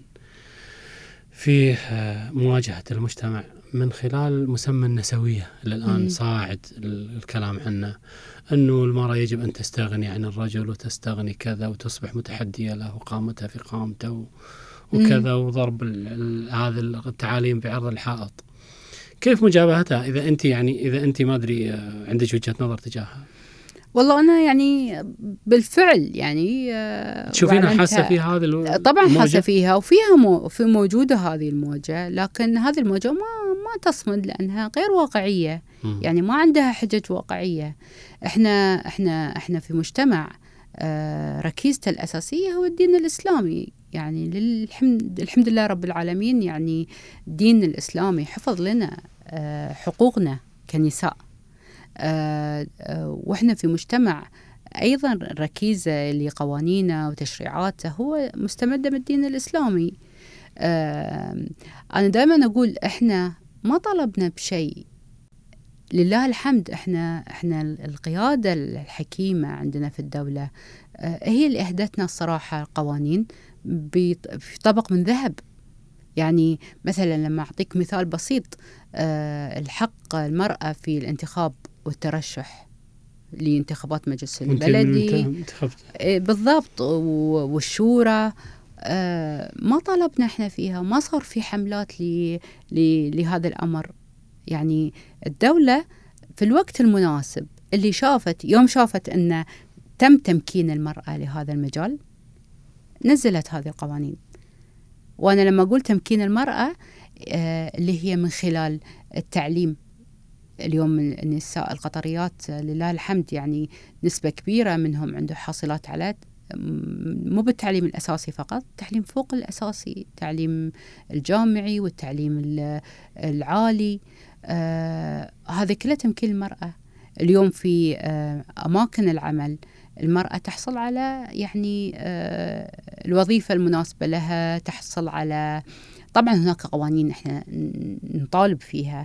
في آه مواجهة المجتمع من خلال مسمى النسوية اللي الآن مم. صاعد الكلام عنه، أنه المرأة يجب أن تستغني عن الرجل وتستغني كذا وتصبح متحدية له وقامتها في قامته وكذا، وضرب هذه التعاليم بعرض الحائط. كيف مجابهتها إذا أنت يعني إذا أنت ما أدري عندك وجهة نظر تجاهها؟ والله أنا يعني بالفعل يعني تشوفينها حاسة فيها هذه الموجة؟ طبعا حاسة فيها، وفيها مو في موجودة هذه الموجة، لكن هذه الموجة ما ما تصمد لأنها غير واقعية. م. يعني ما عندها حجج واقعية. إحنا إحنا إحنا في مجتمع آه ركيزته الأساسية هو الدين الإسلامي، يعني للحمد الحمد لله رب العالمين، يعني الدين الإسلامي حفظ لنا آه حقوقنا كنساء. آه آه وإحنا في مجتمع أيضا ركيزة لقوانينه وتشريعاته هو مستمدة من الدين الإسلامي. آه أنا دائما أقول إحنا ما طلبنا بشيء، لله الحمد. إحنا إحنا القيادة الحكيمة عندنا في الدولة آه هي اللي أهدتنا الصراحة قوانين في طبق من ذهب. يعني مثلا لما أعطيك مثال بسيط، آه الحق المرأة في الانتخاب والترشح لانتخابات مجلس البلدي بالضبط والشورى، آه ما طلبنا احنا فيها، ما صار في حملات ل لهذا الأمر. يعني الدولة في الوقت المناسب اللي شافت، يوم شافت أن تم تمكين المرأة لهذا المجال، نزلت هذه القوانين. وأنا لما أقول تمكين المرأة آه اللي هي من خلال التعليم. اليوم النساء القطريات لله الحمد يعني نسبة كبيرة منهم عنده حاصلات على مو بالتعليم الأساسي فقط، تعليم فوق الأساسي، التعليم الجامعي والتعليم العالي. آه هذا كله تمكين المرأة. اليوم في آه أماكن العمل المرأة تحصل على يعني آه الوظيفة المناسبة لها، تحصل على، طبعا هناك قوانين احنا نطالب فيها،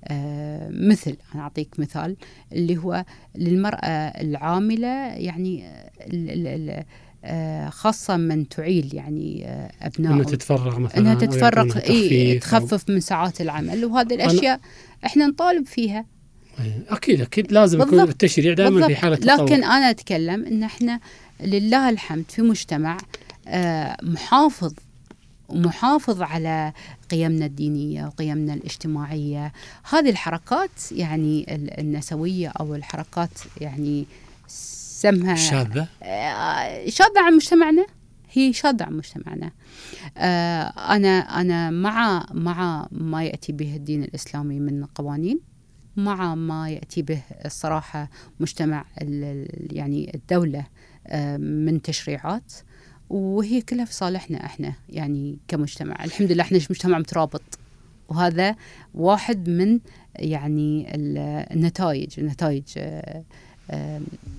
آه مثل أنا أعطيك مثال اللي هو للمرأة العاملة، يعني ال ال آه خاصة من تعيل يعني آه أبناء أنها تتفرغ مثلا، أنها تتفرغ إيه تخفف من ساعات العمل، وهذه الأشياء إحنا نطالب فيها. أكيد أكيد لازم يكون التشريع دائما في حالة تطور. لكن أنا أتكلم إن إحنا لله الحمد في مجتمع آه محافظ ومحافظ على قيمنا الدينية وقيمنا الاجتماعية. هذه الحركات يعني النسوية أو الحركات يعني سمها شاذة شاذة عن مجتمعنا، هي شاذة عن مجتمعنا. آه أنا أنا مع مع ما يأتي به الدين الإسلامي من قوانين، مع ما يأتي به الصراحة مجتمع يعني الدولة آه من تشريعات، وهي كلها في صالحنا احنا يعني كمجتمع. الحمد لله احنا مجتمع مترابط، وهذا واحد من يعني النتائج النتائج آه آه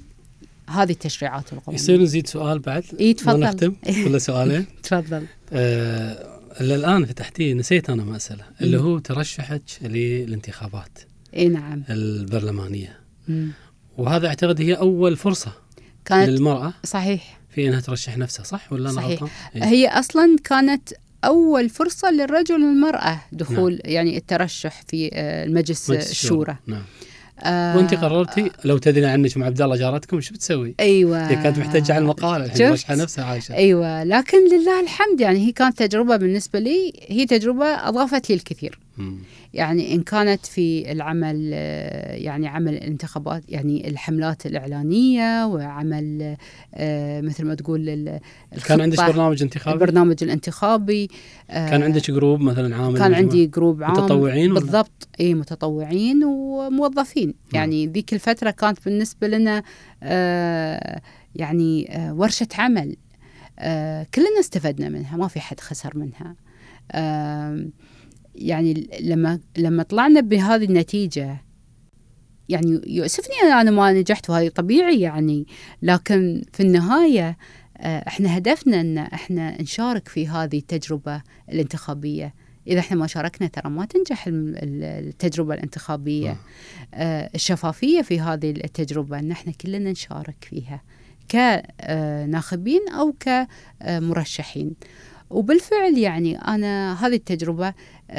هذه التشريعات والقوانين. يصير نزيد سؤال بعد؟ اي تفضل. ما نختم ولا سؤالين؟ تفضل. آه اللي الآن فتحتيه نسيت أنا مسألة اللي هو ترشحك للانتخابات. اي نعم. البرلمانية. مم. وهذا أعتقد هي أول فرصة كانت للمرأة صحيح في أنها ترشح نفسها، صح ولا أنا صحيح. غلطان؟ هي أصلا كانت أول فرصة للرجل والمرأة دخول نعم. يعني الترشح في المجلس الشورى. نعم. آه وانت قررتي لو تدري عنك مع عبد الله جارتكم شو بتسوي؟ ايوه هي كانت محتاجه على المقاله الحين مرشحه نفسها عايشه. ايوه لكن لله الحمد يعني هي كانت تجربه بالنسبه لي، هي تجربه اضافت لي الكثير. مم. يعني ان كانت في العمل يعني عمل الانتخابات يعني الحملات الاعلانيه وعمل آه مثل ما تقول كان عندك برنامج انتخابي؟ البرنامج الانتخابي آه كان عندك جروب مثلا عامل؟ كان عندي جروب عام متطوعين بالضبط. اي متطوعين وموظفين. مم. يعني ذيك الفتره كانت بالنسبه لنا آه يعني آه ورشه عمل آه كلنا استفدنا منها، ما في حد خسر منها. آه يعني لما لما طلعنا بهذه النتيجة يعني يؤسفني أنا ما نجحت، وهذه طبيعي يعني، لكن في النهاية احنا هدفنا ان احنا نشارك في هذه التجربة الانتخابية. إذا احنا ما شاركنا ترى ما تنجح التجربة الانتخابية. الشفافية في هذه التجربة ان احنا كلنا نشارك فيها كناخبين أو كمرشحين. وبالفعل يعني أنا هذه التجربة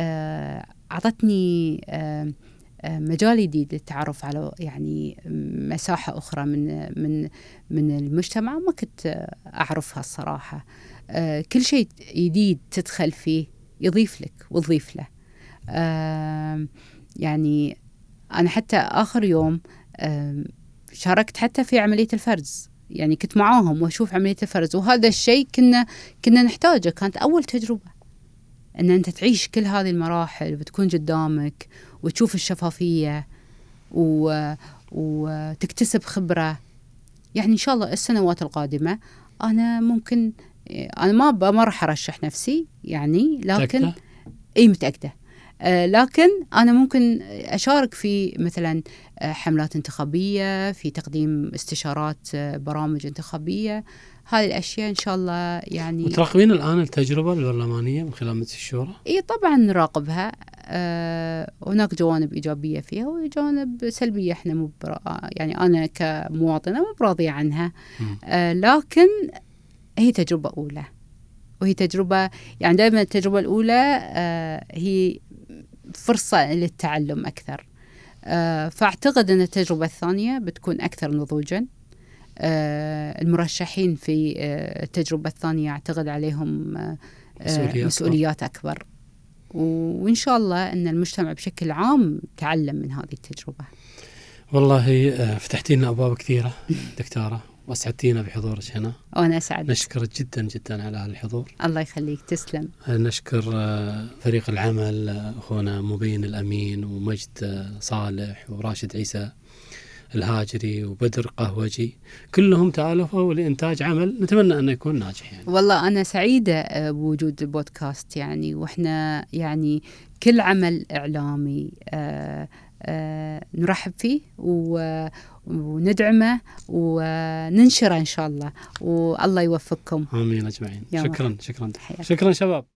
أعطتني مجال جديد للتعرف على يعني مساحة أخرى من من من المجتمع ما كنت أعرفها الصراحة. كل شيء جديد تدخل فيه يضيف لك وتضيف له. يعني أنا حتى آخر يوم شاركت حتى في عملية الفرز، يعني كنت معاهم وأشوف عملية الفرز، وهذا الشيء كنا كنا نحتاجه. كانت أول تجربة أن أنت تعيش كل هذه المراحل وتكون قدامك وتشوف الشفافية و... وتكتسب خبرة. يعني إن شاء الله السنوات القادمة أنا ممكن أنا ما ما راح أرشح نفسي يعني، لكن أي متأكدة آه لكن أنا ممكن أشارك في مثلا حملات انتخابية، في تقديم استشارات برامج انتخابية. هذه الأشياء إن شاء الله يعني. وتراقبين الآن التجربة البرلمانية من خلال مجلس الشورى؟ إيه طبعا نراقبها. آه هناك جوانب إيجابية فيها وجوانب سلبية إحنا مو يعني أنا كمواطنة مو براضية عنها. آه لكن هي تجربة أولى، وهي تجربة يعني دائما التجربة الأولى آه هي فرصة للتعلم أكثر. آه فأعتقد أن التجربة الثانية بتكون أكثر نضوجاً. آه المرشحين في آه التجربة الثانية أعتقد عليهم آه مسؤوليات, مسؤوليات أكبر. أكبر. وإن شاء الله أن المجتمع بشكل عام تعلم من هذه التجربة. والله آه فتحتي لنا أبواب كثيرة دكتورة، وأسعدتينا بحضورك هنا. وأنا أسعد. نشكرك جدا جدا على هذا الحضور. الله يخليك، تسلم. نشكر فريق العمل أخونا مبين الأمين ومجد صالح وراشد عيسى الهاجري وبدر قهوجي، كلهم تآلفوا لإنتاج عمل نتمنى أنه يكون ناجح يعني. والله أنا سعيدة بوجود البودكاست يعني، وإحنا يعني كل عمل إعلامي آآ آآ نرحب فيه وندعمه وننشره إن شاء الله، والله يوفقكم. آمين أجمعين. شكرا شكرا حياتي. شكرا شباب.